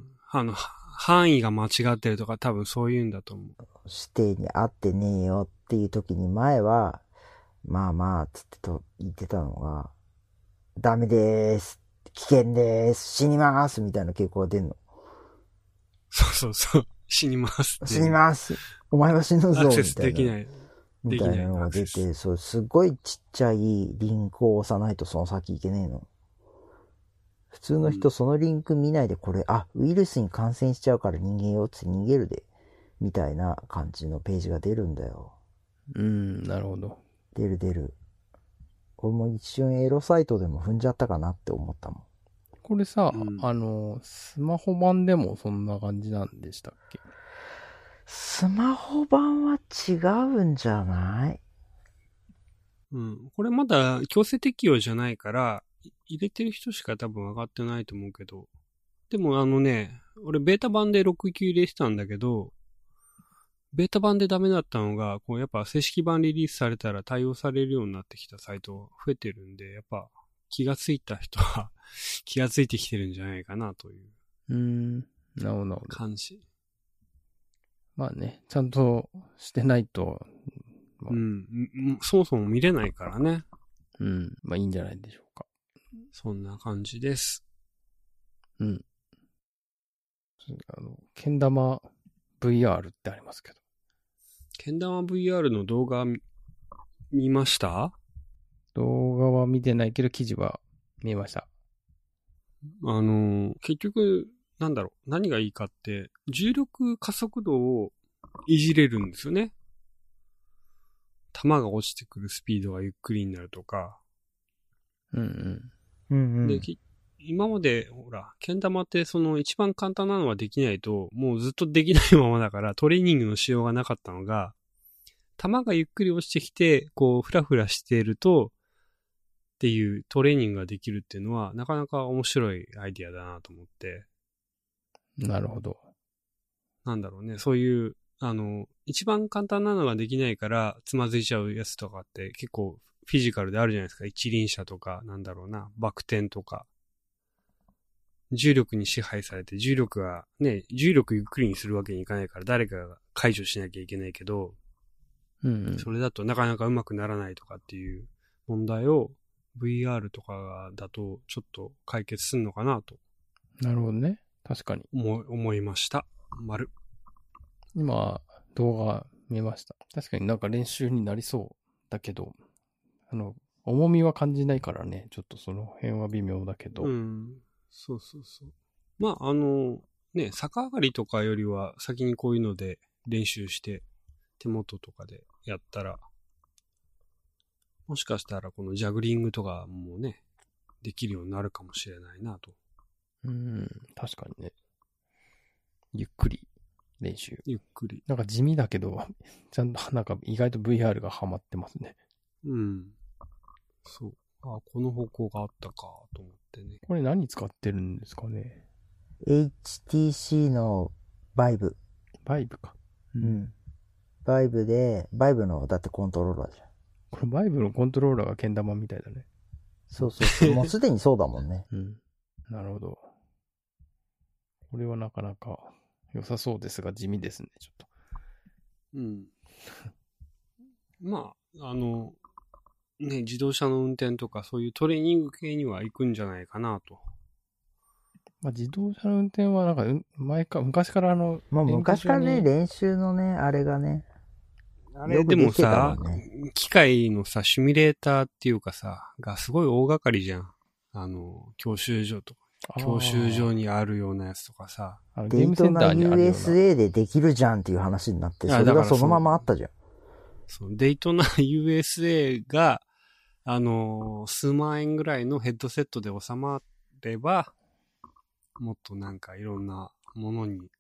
あの、範囲が間違ってるとか多分そういうんだと思う。 指定に合ってねえよっていう時に前は、まあまあ、つってと言ってたのが、ダメでーす。危険でーす。死にまーす。みたいな傾向が出んの。 そうそうそう。死にますって。 死にます。お前は死ぬぞ。みたいな。 アクセスできない。 みたいなのが出て、そう、すごいちっちゃいリンクを押さないとその先いけねえの。普通の人そのリンク見ないでこれ、あ、ウイルスに感染しちゃうから人間よって逃げるで。みたいな感じのページが出るんだよ。 うん、なるほど。 出る出る。俺も一瞬エロサイトでも踏んじゃったかなって思ったもん。 これさ、 うん、 あの、スマホ版でもそんな感じなんでしたっけ？ スマホ版は違うんじゃない？ うん。これまだ強制適用じゃないから、入れてる人しか多分上がってないと思うけど。でもあのね、俺ベータ版でろくきゅう入れてたんだけど、ベータ版でダメだったのが、こうやっぱ正式版リリースされたら対応されるようになってきたサイト増えてるんで、やっぱ気がついた人は気がついてきてるんじゃないかなという。 うーん、なるほど。 感じ。 まあね、ちゃんとしてないと、 まあ、うん、そもそも見れないからね。 うん、まあいいんじゃないでしょうか。 そんな感じです。 うん。あの、けん玉 ブイアール ってありますけど。 けん玉 ブイアール の動画見ました？ 動画は見てないけど記事は見ました。 あの、結局、なんだろう、何がいいかって、重力加速度をいじれるんですよね。球が落ちてくるスピードがゆっくりになるとか。 うんうん。 うんうん。 で、今まで、ほら、けん玉ってその一番簡単なのはできないと、もうずっとできないままだから、トレーニングのしようがなかったのが、球がゆっくり落ちてきて、こう、ふらふらしていると、っていうトレーニングができるっていうのは、なかなか面白いアイディアだなと思って。 なるほど。 なんだろうね、そういう、あの、一番簡単なのができないから、つまずいちゃうやつとかって結構フィジカルであるじゃないですか。一輪車とか、なんだろうな、バク転とか。重力に支配されて、重力が、ね、重力ゆっくりにするわけにいかないから、誰かが解除しなきゃいけないけど、 うんうん、 それだとなかなかうまくならないとかっていう問題を ブイアール とかだとちょっと解決するのかなと。 なるほどね。確かに。 思、思いました。丸。 今、動画見ました。確かになんか練習になりそうだけど、あの、重みは感じないからね、ちょっとその辺は微妙だけど。 うん。そうそうそう。まあ、あの、ね、逆上がりとかよりは先にこういうので練習して手元とかでやったら、もしかしたらこのジャグリングとかもね、できるようになるかもしれないなと。 うん、確かにね。ゆっくり練習。 ゆっくり。 なんか地味だけど、ちゃんとなんか意外と ブイアール がハマってますね。 うん。そう。あ、この方向があったかと思ってね。 これ何使ってるんですかね。 エイチティーシー のバイブ。 バイブか。 うん。バイブで、バイブのだってコントローラーじゃん。 これバイブのコントローラーがけん玉みたいだね。 そうそうそう。もうすでにそうだもんね。 うん。なるほど。これはなかなか良さそうですが地味ですね、ちょっと。 うん。まあ、あの、ね、自動車の運転とかそういうトレーニング系には行くんじゃないかなと。 まあ、自動車の運転はなんか、前か、昔からあの、 もう昔からね、練習のね、あれがね。 あれ、でもさ、機械のさ、シミュレーターっていうかさ、がすごい大掛かりじゃん。あの、教習所とか。教習所にあるようなやつとかさ。 デイトナ ユーエスエー でできるじゃんっていう話になって、それがそのままあったじゃん。 そう、デイトナ ユーエスエー が、あの、数万円ぐらいのヘッドセットで収まれば、もっとなんかいろんなものに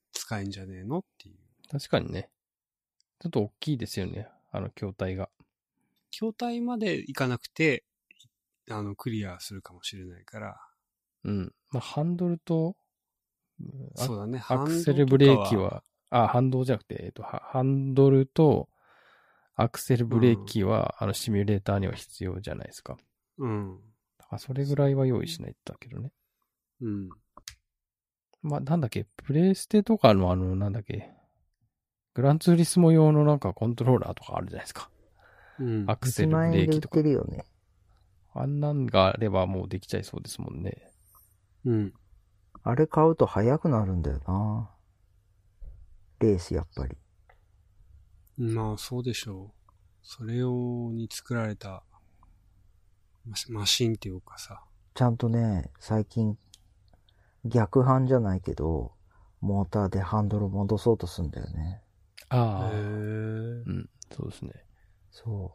使えんじゃねえのっていう。 確かにね。ちょっと大きいですよね。あの筐体が。 筐体までいかなくて、あの、クリアするかもしれないから。 うん。まあ、ハンドルと、 そうだね。 アクセルブレーキは、あ、反動じゃなくて、えっと、ハンドルとアクセルブレーキは、うん、あの、シミュレーターには必要じゃないですか。 うん。 だからそれぐらいは用意しないとだけどね。 うん。 まあ、なんだっけ、プレイステとかのあの、なんだっけ、グランツーリスモ用のなんかコントローラーとかあるじゃないですか。 うん。 アクセルブレーキとか。 いちまんえんで売ってるよね。 あんなんがあればもうできちゃいそうですもんね。 うん。 あれ買うと速くなるんだよな。レースやっぱり。 まあそうでしょう。それ用に作られたマシンっていうかさ。 ちゃんとね、最近逆ハンじゃないけど、モーターでハンドル戻そうとするんだよね。 ああ。 へえ。 うん、そうですね。 そう。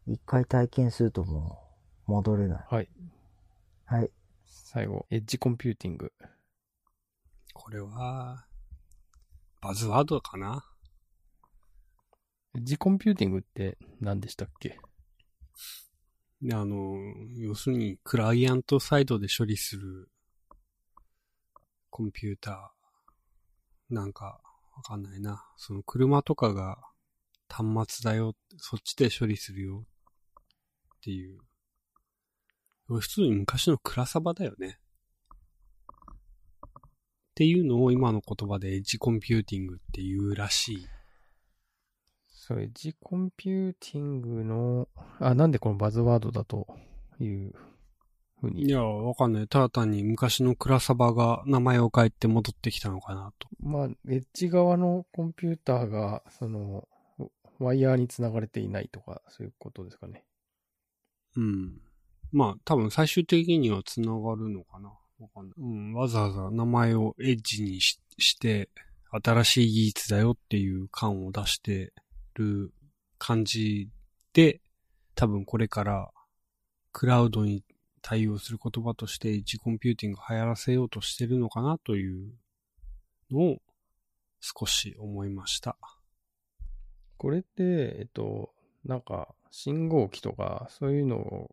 一回体験するともう戻れない。 はい。 はい。 最後、エッジコンピューティング。 これは、バズワードかな？ エッジコンピューティングって何でしたっけ？ あの、要するに、クライアントサイドで処理するコンピューター。なんか、わかんないな。その車とかが端末だよ、そっちで処理するよっていう。普通に昔のクラサバだよね。っていうのを今の言葉でエッジコンピューティングっていうらしい。 そう、エッジコンピューティングの、あ、なんでこのバズワードだというふうに。 いや、わかんない。ただ単に昔のクラサバが名前を変えて戻ってきたのかなと。 まあ、エッジ側のコンピューターが、その、ワイヤーにつながれていないとか、そういうことですかね。 うん。まあ、多分最終的にはつながるのかな。わかんない。うん。わざわざ名前をエッジに し, して、新しい技術だよっていう感を出してる感じで、多分これからクラウドに対応する言葉としてエッジコンピューティングを流行らせようとしてるのかなというのを少し思いました。 これって、えっと、なんか、信号機とか、そういうの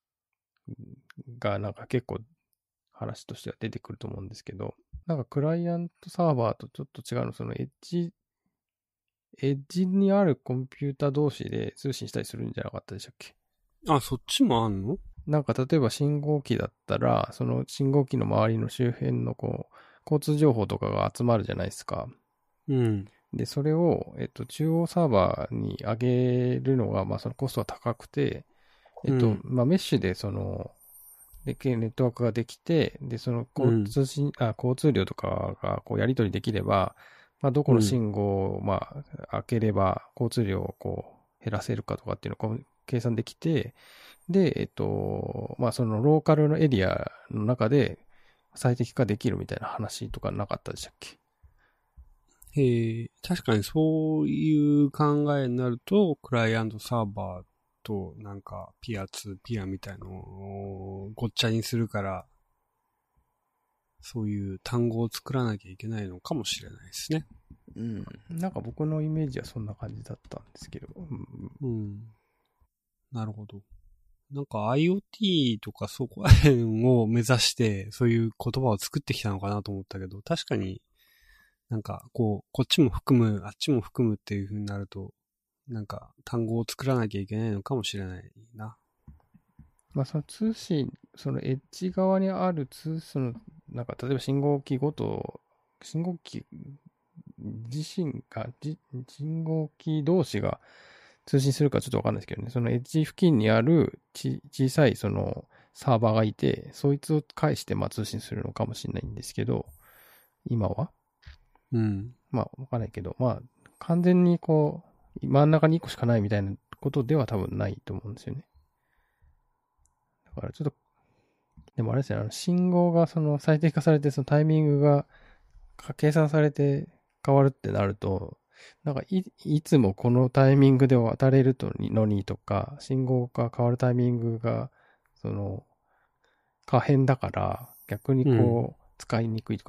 が、なんか結構、話としては出てくると思うんですけど、なんかクライアントサーバーとちょっと違うの、そのエッジ、エッジにあるコンピュータ同士で通信したりするんじゃなかったでしたっけ？ あ、そっちもあんの？ なんか例えば信号機だったら、その信号機の周りの周辺のこう、交通情報とかが集まるじゃないですか。 うん。 で、それを、えっと、中央サーバーに上げるのが、まあ、そのコストは高くて、えっと、うん、まあ、メッシュでその、で、ネットワークができて、で、その交通信、うん、あ、交通量とかが、こう、やり取りできれば、まあ、どこの信号を、まあ、開ければ、交通量をこう、減らせるかとかっていうのを計算できて、で、えっと、まあ、そのローカルのエリアの中で最適化できるみたいな話とかなかったでしたっけ？ へえ、確かにそういう考えになると、クライアントサーバーとなんかピアツー、ピアみたいのをごっちゃにするから、そういう単語を作らなきゃいけないのかもしれないですね。 うん。なんか僕のイメージはそんな感じだったんですけど。 うん。うん、なるほど。なんか IoT とかそこら辺を目指してそういう言葉を作ってきたのかなと思ったけど、確かになんかこう、こっちも含む、あっちも含むっていう風になると、なんか単語を作らなきゃいけないのかもしれないな。 まあその通信、そのエッジ側にある通信、なんか例えば信号機ごと、信号機自身が、信号機同士が通信するかちょっとわかんないですけどね、そのエッジ付近にあるち小さいそのサーバーがいて、そいつを介してまあ通信するのかもしれないんですけど、今はうん。 まあわかんないけど、まあ完全にこう、真ん中にいっこしかないみたいなことでは多分ないと思うんですよね。だからちょっと、でもあれですね、あの信号がその最適化されて、そのタイミングが計算されて変わるってなると、なんかい、いつもこのタイミングで渡れるのにとか、信号が変わるタイミングが、その、可変だから、逆にこう、使いにくいこと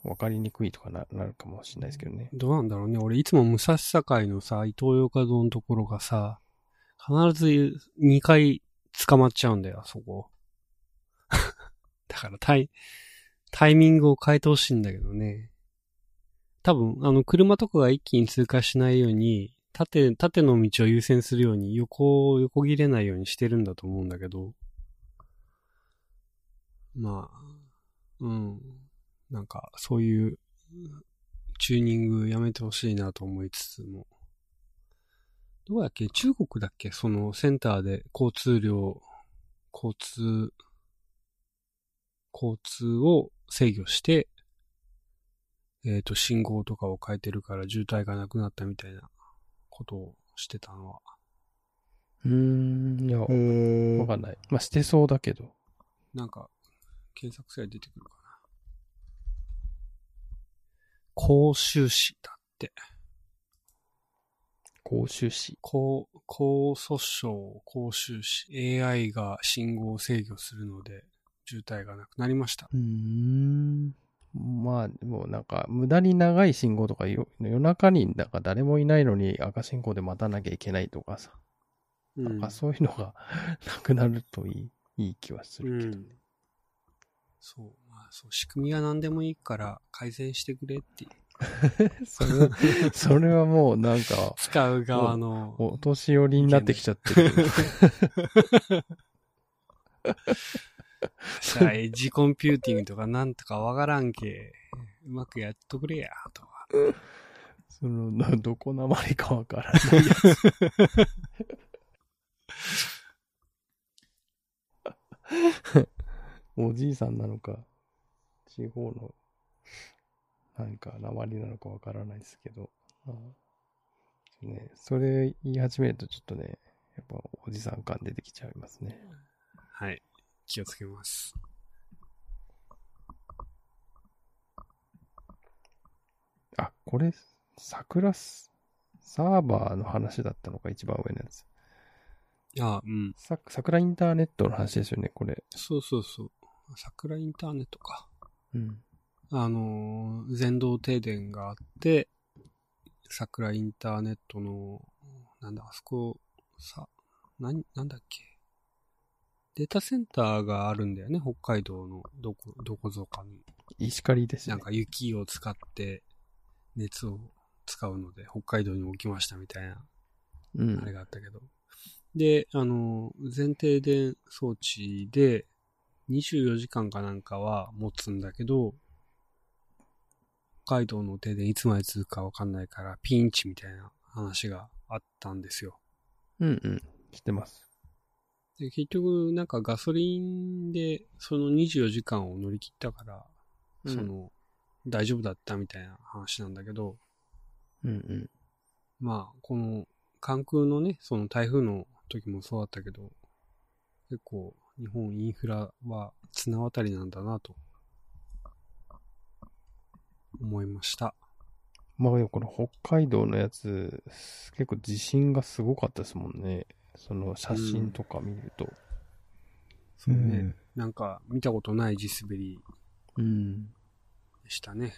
分かりにくいとか な, なるかもしれないですけどね。 どうなんだろうね。俺いつも武蔵境のさ、伊東洋華堂のところがさ、必ずにかい捕まっちゃうんだよ、あそこ。だからタイ、タイミングを変えてほしいんだけどね。多分、あの、車とかが一気に通過しないように、縦、縦の道を優先するように、横、横切れないようにしてるんだと思うんだけど。まあ、うん。なんか、そういう、チューニングやめてほしいなと思いつつも。どうだっけ？中国だっけ？そのセンターで交通量、交通、交通を制御して、えっと、信号とかを変えてるから渋滞がなくなったみたいなことをしてたのは。 うーん、いや、わかんない。まあ、してそうだけど。 なんか、検索すれば出てくるかな。広州市だって。 広州市。 江、江蘇省広州市。エーアイ が信号を制御するので、渋滞がなくなりました。 うーん。まあ、でもなんか、無駄に長い信号とか、夜中になんか誰もいないのに赤信号で待たなきゃいけないとかさ。うん、なんかそういうのがなくなるといい、いい気はするけどね。うん、 そう。まあ、そう。仕組みは何でもいいから改善してくれっていう。 それ、それはもうなんか、 使う側の。 お年寄りになってきちゃってる。 さあ、エッジコンピューティングとかなんとかわからんけ。うまくやっとくれや、とか。 その、どこなまりかわからないやつ。おじいさんなのか、地方の、なんか、なまりなのかわからないですけど。あね、それ言い始めるとちょっとね、やっぱおじさん感出てきちゃいますね。 はい。気をつけます。 あ、これ、桜サーバーの話だったのか、一番上のやつ。 あ、うん。 さ、桜インターネットの話ですよね、これ。 そうそうそう。桜インターネットか。 うん。 あのー、全道停電があって、桜インターネットの、なんだ、あそこ、さ、な、なんだっけ。データセンターがあるんだよね、北海道のどこ、どこぞかに。 石狩ですね。 なんか雪を使って熱を使うので、北海道に置きましたみたいな、うん、あれがあったけど。で、あの、全停電装置でにじゅうよじかんかなんかは持つんだけど、北海道の停電いつまで続くかわかんないからピンチみたいな話があったんですよ。 うんうん。知ってます。 で結局、なんかガソリンでそのにじゅうよじかんを乗り切ったから、うん、その、大丈夫だったみたいな話なんだけど、 うんうん。 まあ、この関空のね、その台風の時もそうだったけど、結構日本インフラは綱渡りなんだなと思いました。 まあでもこの北海道のやつ、結構地震がすごかったですもんね。その写真とか見ると。うん、 そうね、うん。なんか見たことない地滑りでしたね。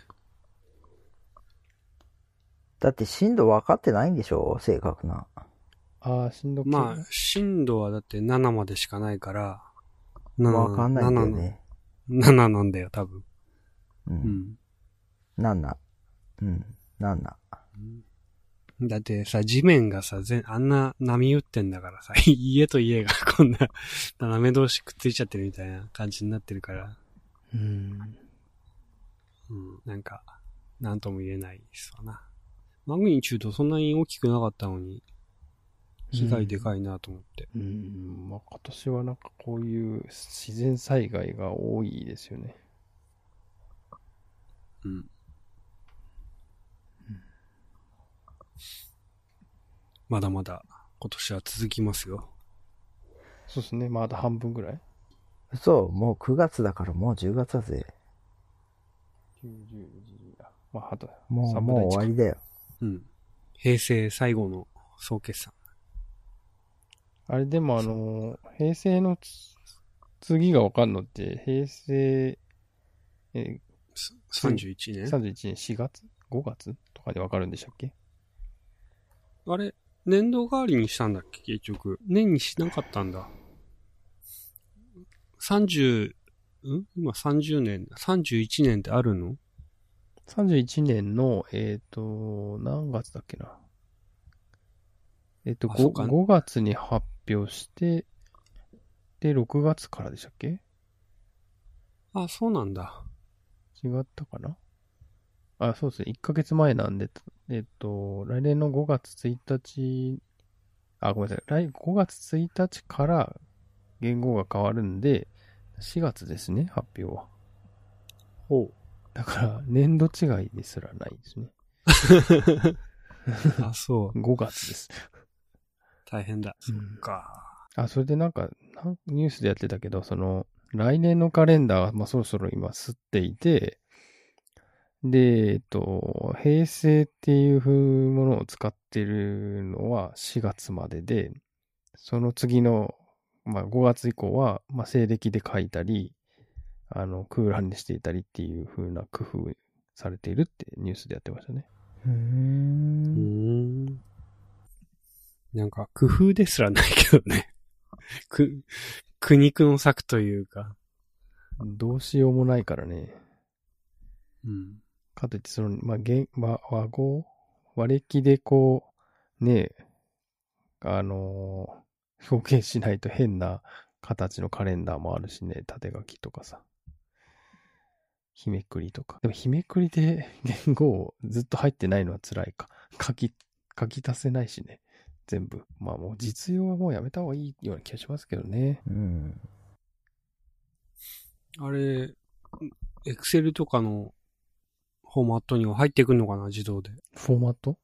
だって震度分かってないんでしょ？正確な。 ああ、震度計。 まあ、震度はだってななまでしかないから、 分かんないんだよね。 なななんだよ、多分。 うん。なな。うん。なな。 だってさ、地面がさ、全、あんな波打ってんだからさ、家と家がこんな斜め同士くっついちゃってるみたいな感じになってるから。 うん。 うん、なんか、なんとも言えないですわな。マグニチュードそんなに大きくなかったのに、被害でかいなと思って。 うん、うんまあ、今年はなんかこういう自然災害が多いですよね。 うん。まだまだ今年は続きますよ。 そうですね。まだ半分ぐらい。 そう、もうくがつだからもうじゅうがつだぜ。 きゅうじゅう、じゅう、まあ、あともう、もう終わりだよ。 うん。平成最後の総決算。 あれでもあの、平成の次がわかんのって、平成、え、 さんじゅういちねん ?さんじゅういちねんしがつ ?ご 月とかでわかるんでしたっけ？ あれ年度代わりにしたんだっけ結局。年にしなかったんだ。さんじゅう、ん今さんじゅうねん、さんじゅういちねんってあるの？ さんじゅういち 年の、えっ、ー、と、何月だっけな。えっ、ー、と 5, ごがつに発表して、で、ろくがつからでしたっけ？ あ、そうなんだ。 違ったかな？あ、そうですね。いっかげつまえなんで、えっ、ー、と、来年のごがつついたち、あ、ごめんなさい。来ごがつついたちから言語が変わるんで、しがつですね、発表は。 ほう。 だから、年度違いですらないですね。 あ、そう。 ごがつです。 大変だ。 うん、 そっか。 あ、それでなんか、ニュースでやってたけど、その、来年のカレンダーは、まあ、そろそろ今、吸っていて、で、えっと、平成っていう風ものを使ってるのはしがつまでで、その次の、まあ、ごがつ以降は、まあ、西暦で書いたり、あの、空欄にしていたりっていう風な工夫されているってニュースでやってましたね。 うーん。 うーん。なんか、工夫ですらないけどね。く、苦肉の策というか。 どうしようもないからね。 うん。 かといって、その、まあ、げ和、和語和暦でこう、ね、あのー、表現しないと変な形のカレンダーもあるしね、縦書きとかさ。日めくりとか。でも日めくりで言語をずっと入ってないのは辛いか。書き、書き足せないしね。全部。まあもう実用はもうやめた方がいいような気がしますけどね。 うん。 あれ、エクセルとかのフォーマットには入ってくるのかな自動で。 フォーマット？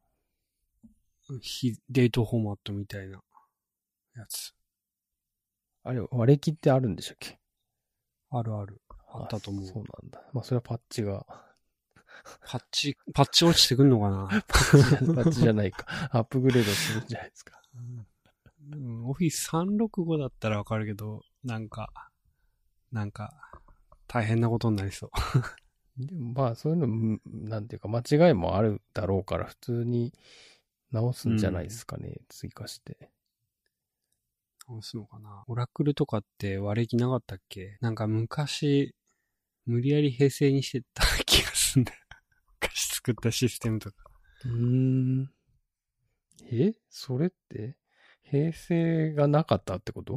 デートフォーマットみたいなやつ。 あれ、和暦ってあるんでしたっけ？ あるある。あったと思う。 そうなんだ。まあそれはパッチが。 パッチ、パッチ落ちてくんのかなパッチ、パッチじゃないか。アップグレードするんじゃないですか。 うん、オフィスさんろくごだったらわかるけど、なんか、なんか、大変なことになりそう。 でもまあそういうの、なんていうか間違いもあるだろうから普通に直すんじゃないですかね。うん、追加して。 直すのかな。オラクルとかって割れ気なかったっけ？なんか昔、無理やり平成にしてた気がすんだよ。昔作ったシステムとか。 うーん。え？それって平成がなかったってこと？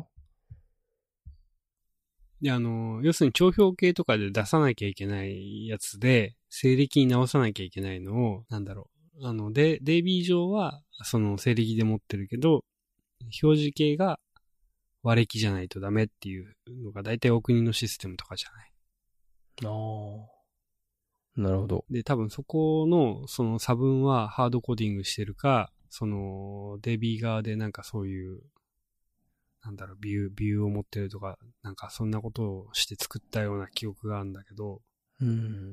いや、あの、要するに帳票系とかで出さなきゃいけないやつで、西暦に直さなきゃいけないのを、なんだろう。あの、で、デイビー上は、その西暦で持ってるけど、表示系が和暦じゃないとダメっていうのが大体お国のシステムとかじゃない。 ああ。なるほど。 で、多分そこの、その差分はハードコーディングしてるか、その、デイビー側でなんかそういう、なんだろう、ビュー、ビューを持ってるとか、なんかそんなことをして作ったような記憶があるんだけど、 うん。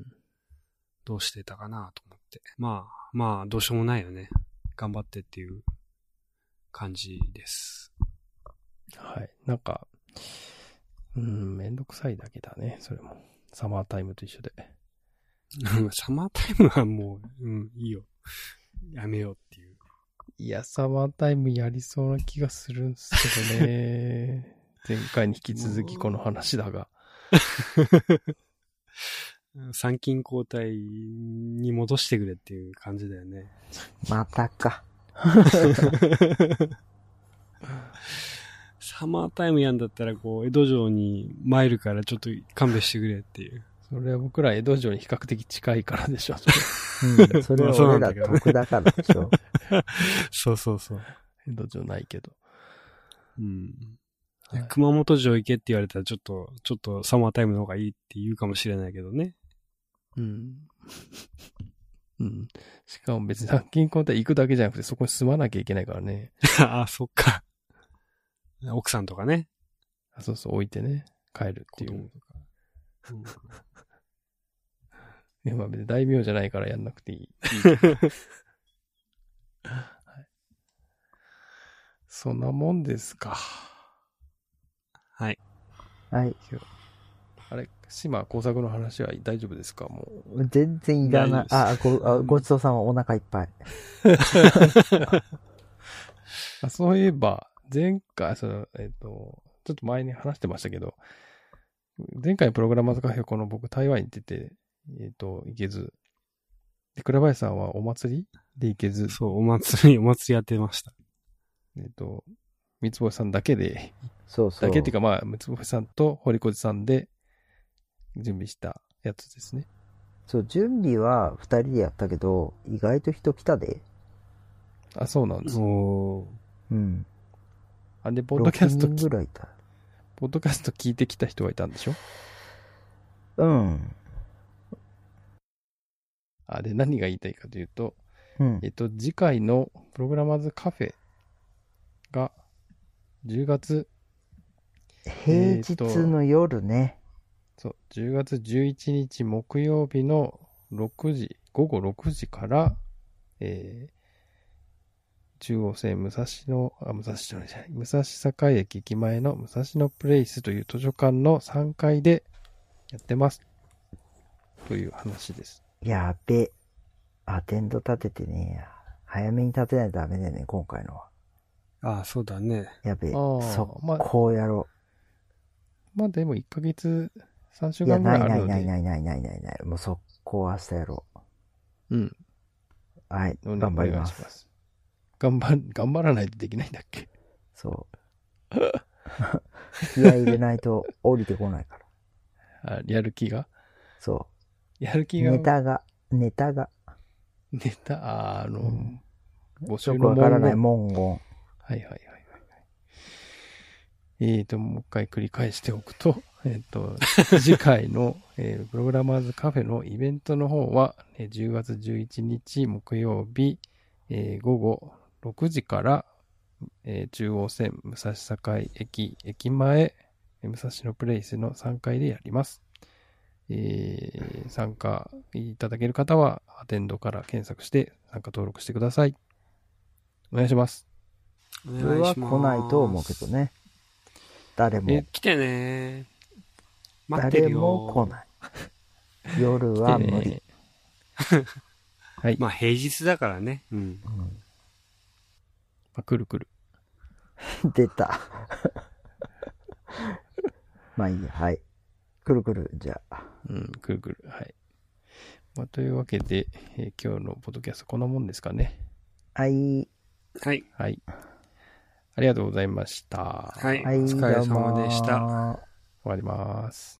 どうしてたかなと思って。まあ、まあ、どうしようもないよね。頑張ってっていう感じです。 はい。なんか、うん、めんどくさいだけだね、それも。サマータイムと一緒で。 サマータイムはもう、うん、いいよ。やめようっていう。 いや、サマータイムやりそうな気がするんですけどね。前回に引き続きこの話だが。 参勤交代に戻してくれっていう感じだよね。 またか。 サマータイムやんだったら、こう、江戸城に参るからちょっと勘弁してくれっていう。 それは僕ら江戸城に比較的近いからでしょ。 うん、それは俺ら得だからでしょ。 そうそうそう。 江戸城ないけど。 うん。はい、熊本城行けって言われたらちょっと、ちょっとサマータイムの方がいいって言うかもしれないけどね。 うん。うん。しかも別に参勤交代行くだけじゃなくてそこに住まなきゃいけないからね。 ああ、そっか。奥さんとかね。 あ、そうそう、置いてね。帰るっていう。子供とか。うん、いや、まあ別に大名じゃないからやんなくていい。いいはい、そんなもんですか。 はい。 はい。 あれ、島工作の話は大丈夫ですか？もう。 全然いらない。あ、ご、あごちそうさま、お腹いっぱい。 あ、そういえば、前回、その、えっと、ちょっと前に話してましたけど、前回プログラマーズカフェ、この僕台湾に行ってて、えっと、行けず。で、倉林さんはお祭りで行けず。 そう、お祭り、お祭りやってました。 えっと、三つ星さんだけで、 そうそう。 だけっていうかまあ、三つ星さんと堀越さんで準備したやつですね。 そう、準備は二人でやったけど、意外と人来たで。 あ、そうなんです。 おー。 うん。 あ、で、ポッドキャスト、 ろくにんぐらいいた。 ポッドキャスト聞いてきた人がいたんでしょ？ うん。 あ、で、何が言いたいかというと、 うん。 えっと、次回のプログラマーズカフェがじゅうがつ、 平日の夜ね。 そう、じゅうがつじゅういちにち木曜日のろくじ、ごごろくじから、えー、中央線武蔵野、あ、武蔵野じゃない、武蔵境駅駅前の武蔵野プレイスという図書館のさんがいでやってます。という話です。 やべ。アテンド立ててねえや。早めに立てないとダメだよね、今回のは。 ああ、そうだね。 やべえ。 あーそまあこうやろまあでもいっかげつ、さんしゅう。いや、 うかんぐらないいあるので。 ないないないないないないない。もう速攻明日やろうん。 う。はい。 お頑張ります。 お願いします。頑張、頑張らないとできないんだっけ？ そう。気合い入れないと降りてこないから。 あ、やる気がそう。 やる気が。 ネタが、ネタが。 ネタ、あ、あの、 うん、 募集よくの文言。 わからない文言。 はいはいはいはい。えーと、もう一回繰り返しておくと、えっと、次回の、えー、プログラマーズカフェのイベントの方は、えー、じゅうがつじゅういちにち木曜日、えー、ごごろくじから、えー、中央線武蔵境駅駅前、武蔵野プレイスのさんがいでやります。えー、参加いただける方はアテンドから検索して参加登録してください。お願いします。 おそれは来ないと思うけどね。誰も。 来てね。待ってるよ。 誰も来ない。夜は無理。 はい。まあ平日だからね。うん。うん、 まあ、来る来る。 出た。まあいいや、はい。くるくる、じゃあ。 うん、くるくる、はい。まあ、というわけで、えー、今日のポッドキャストこんなもんですかね。 はい。 はい。 はい。ありがとうございました。 はい。お疲れ様でした。 終わります。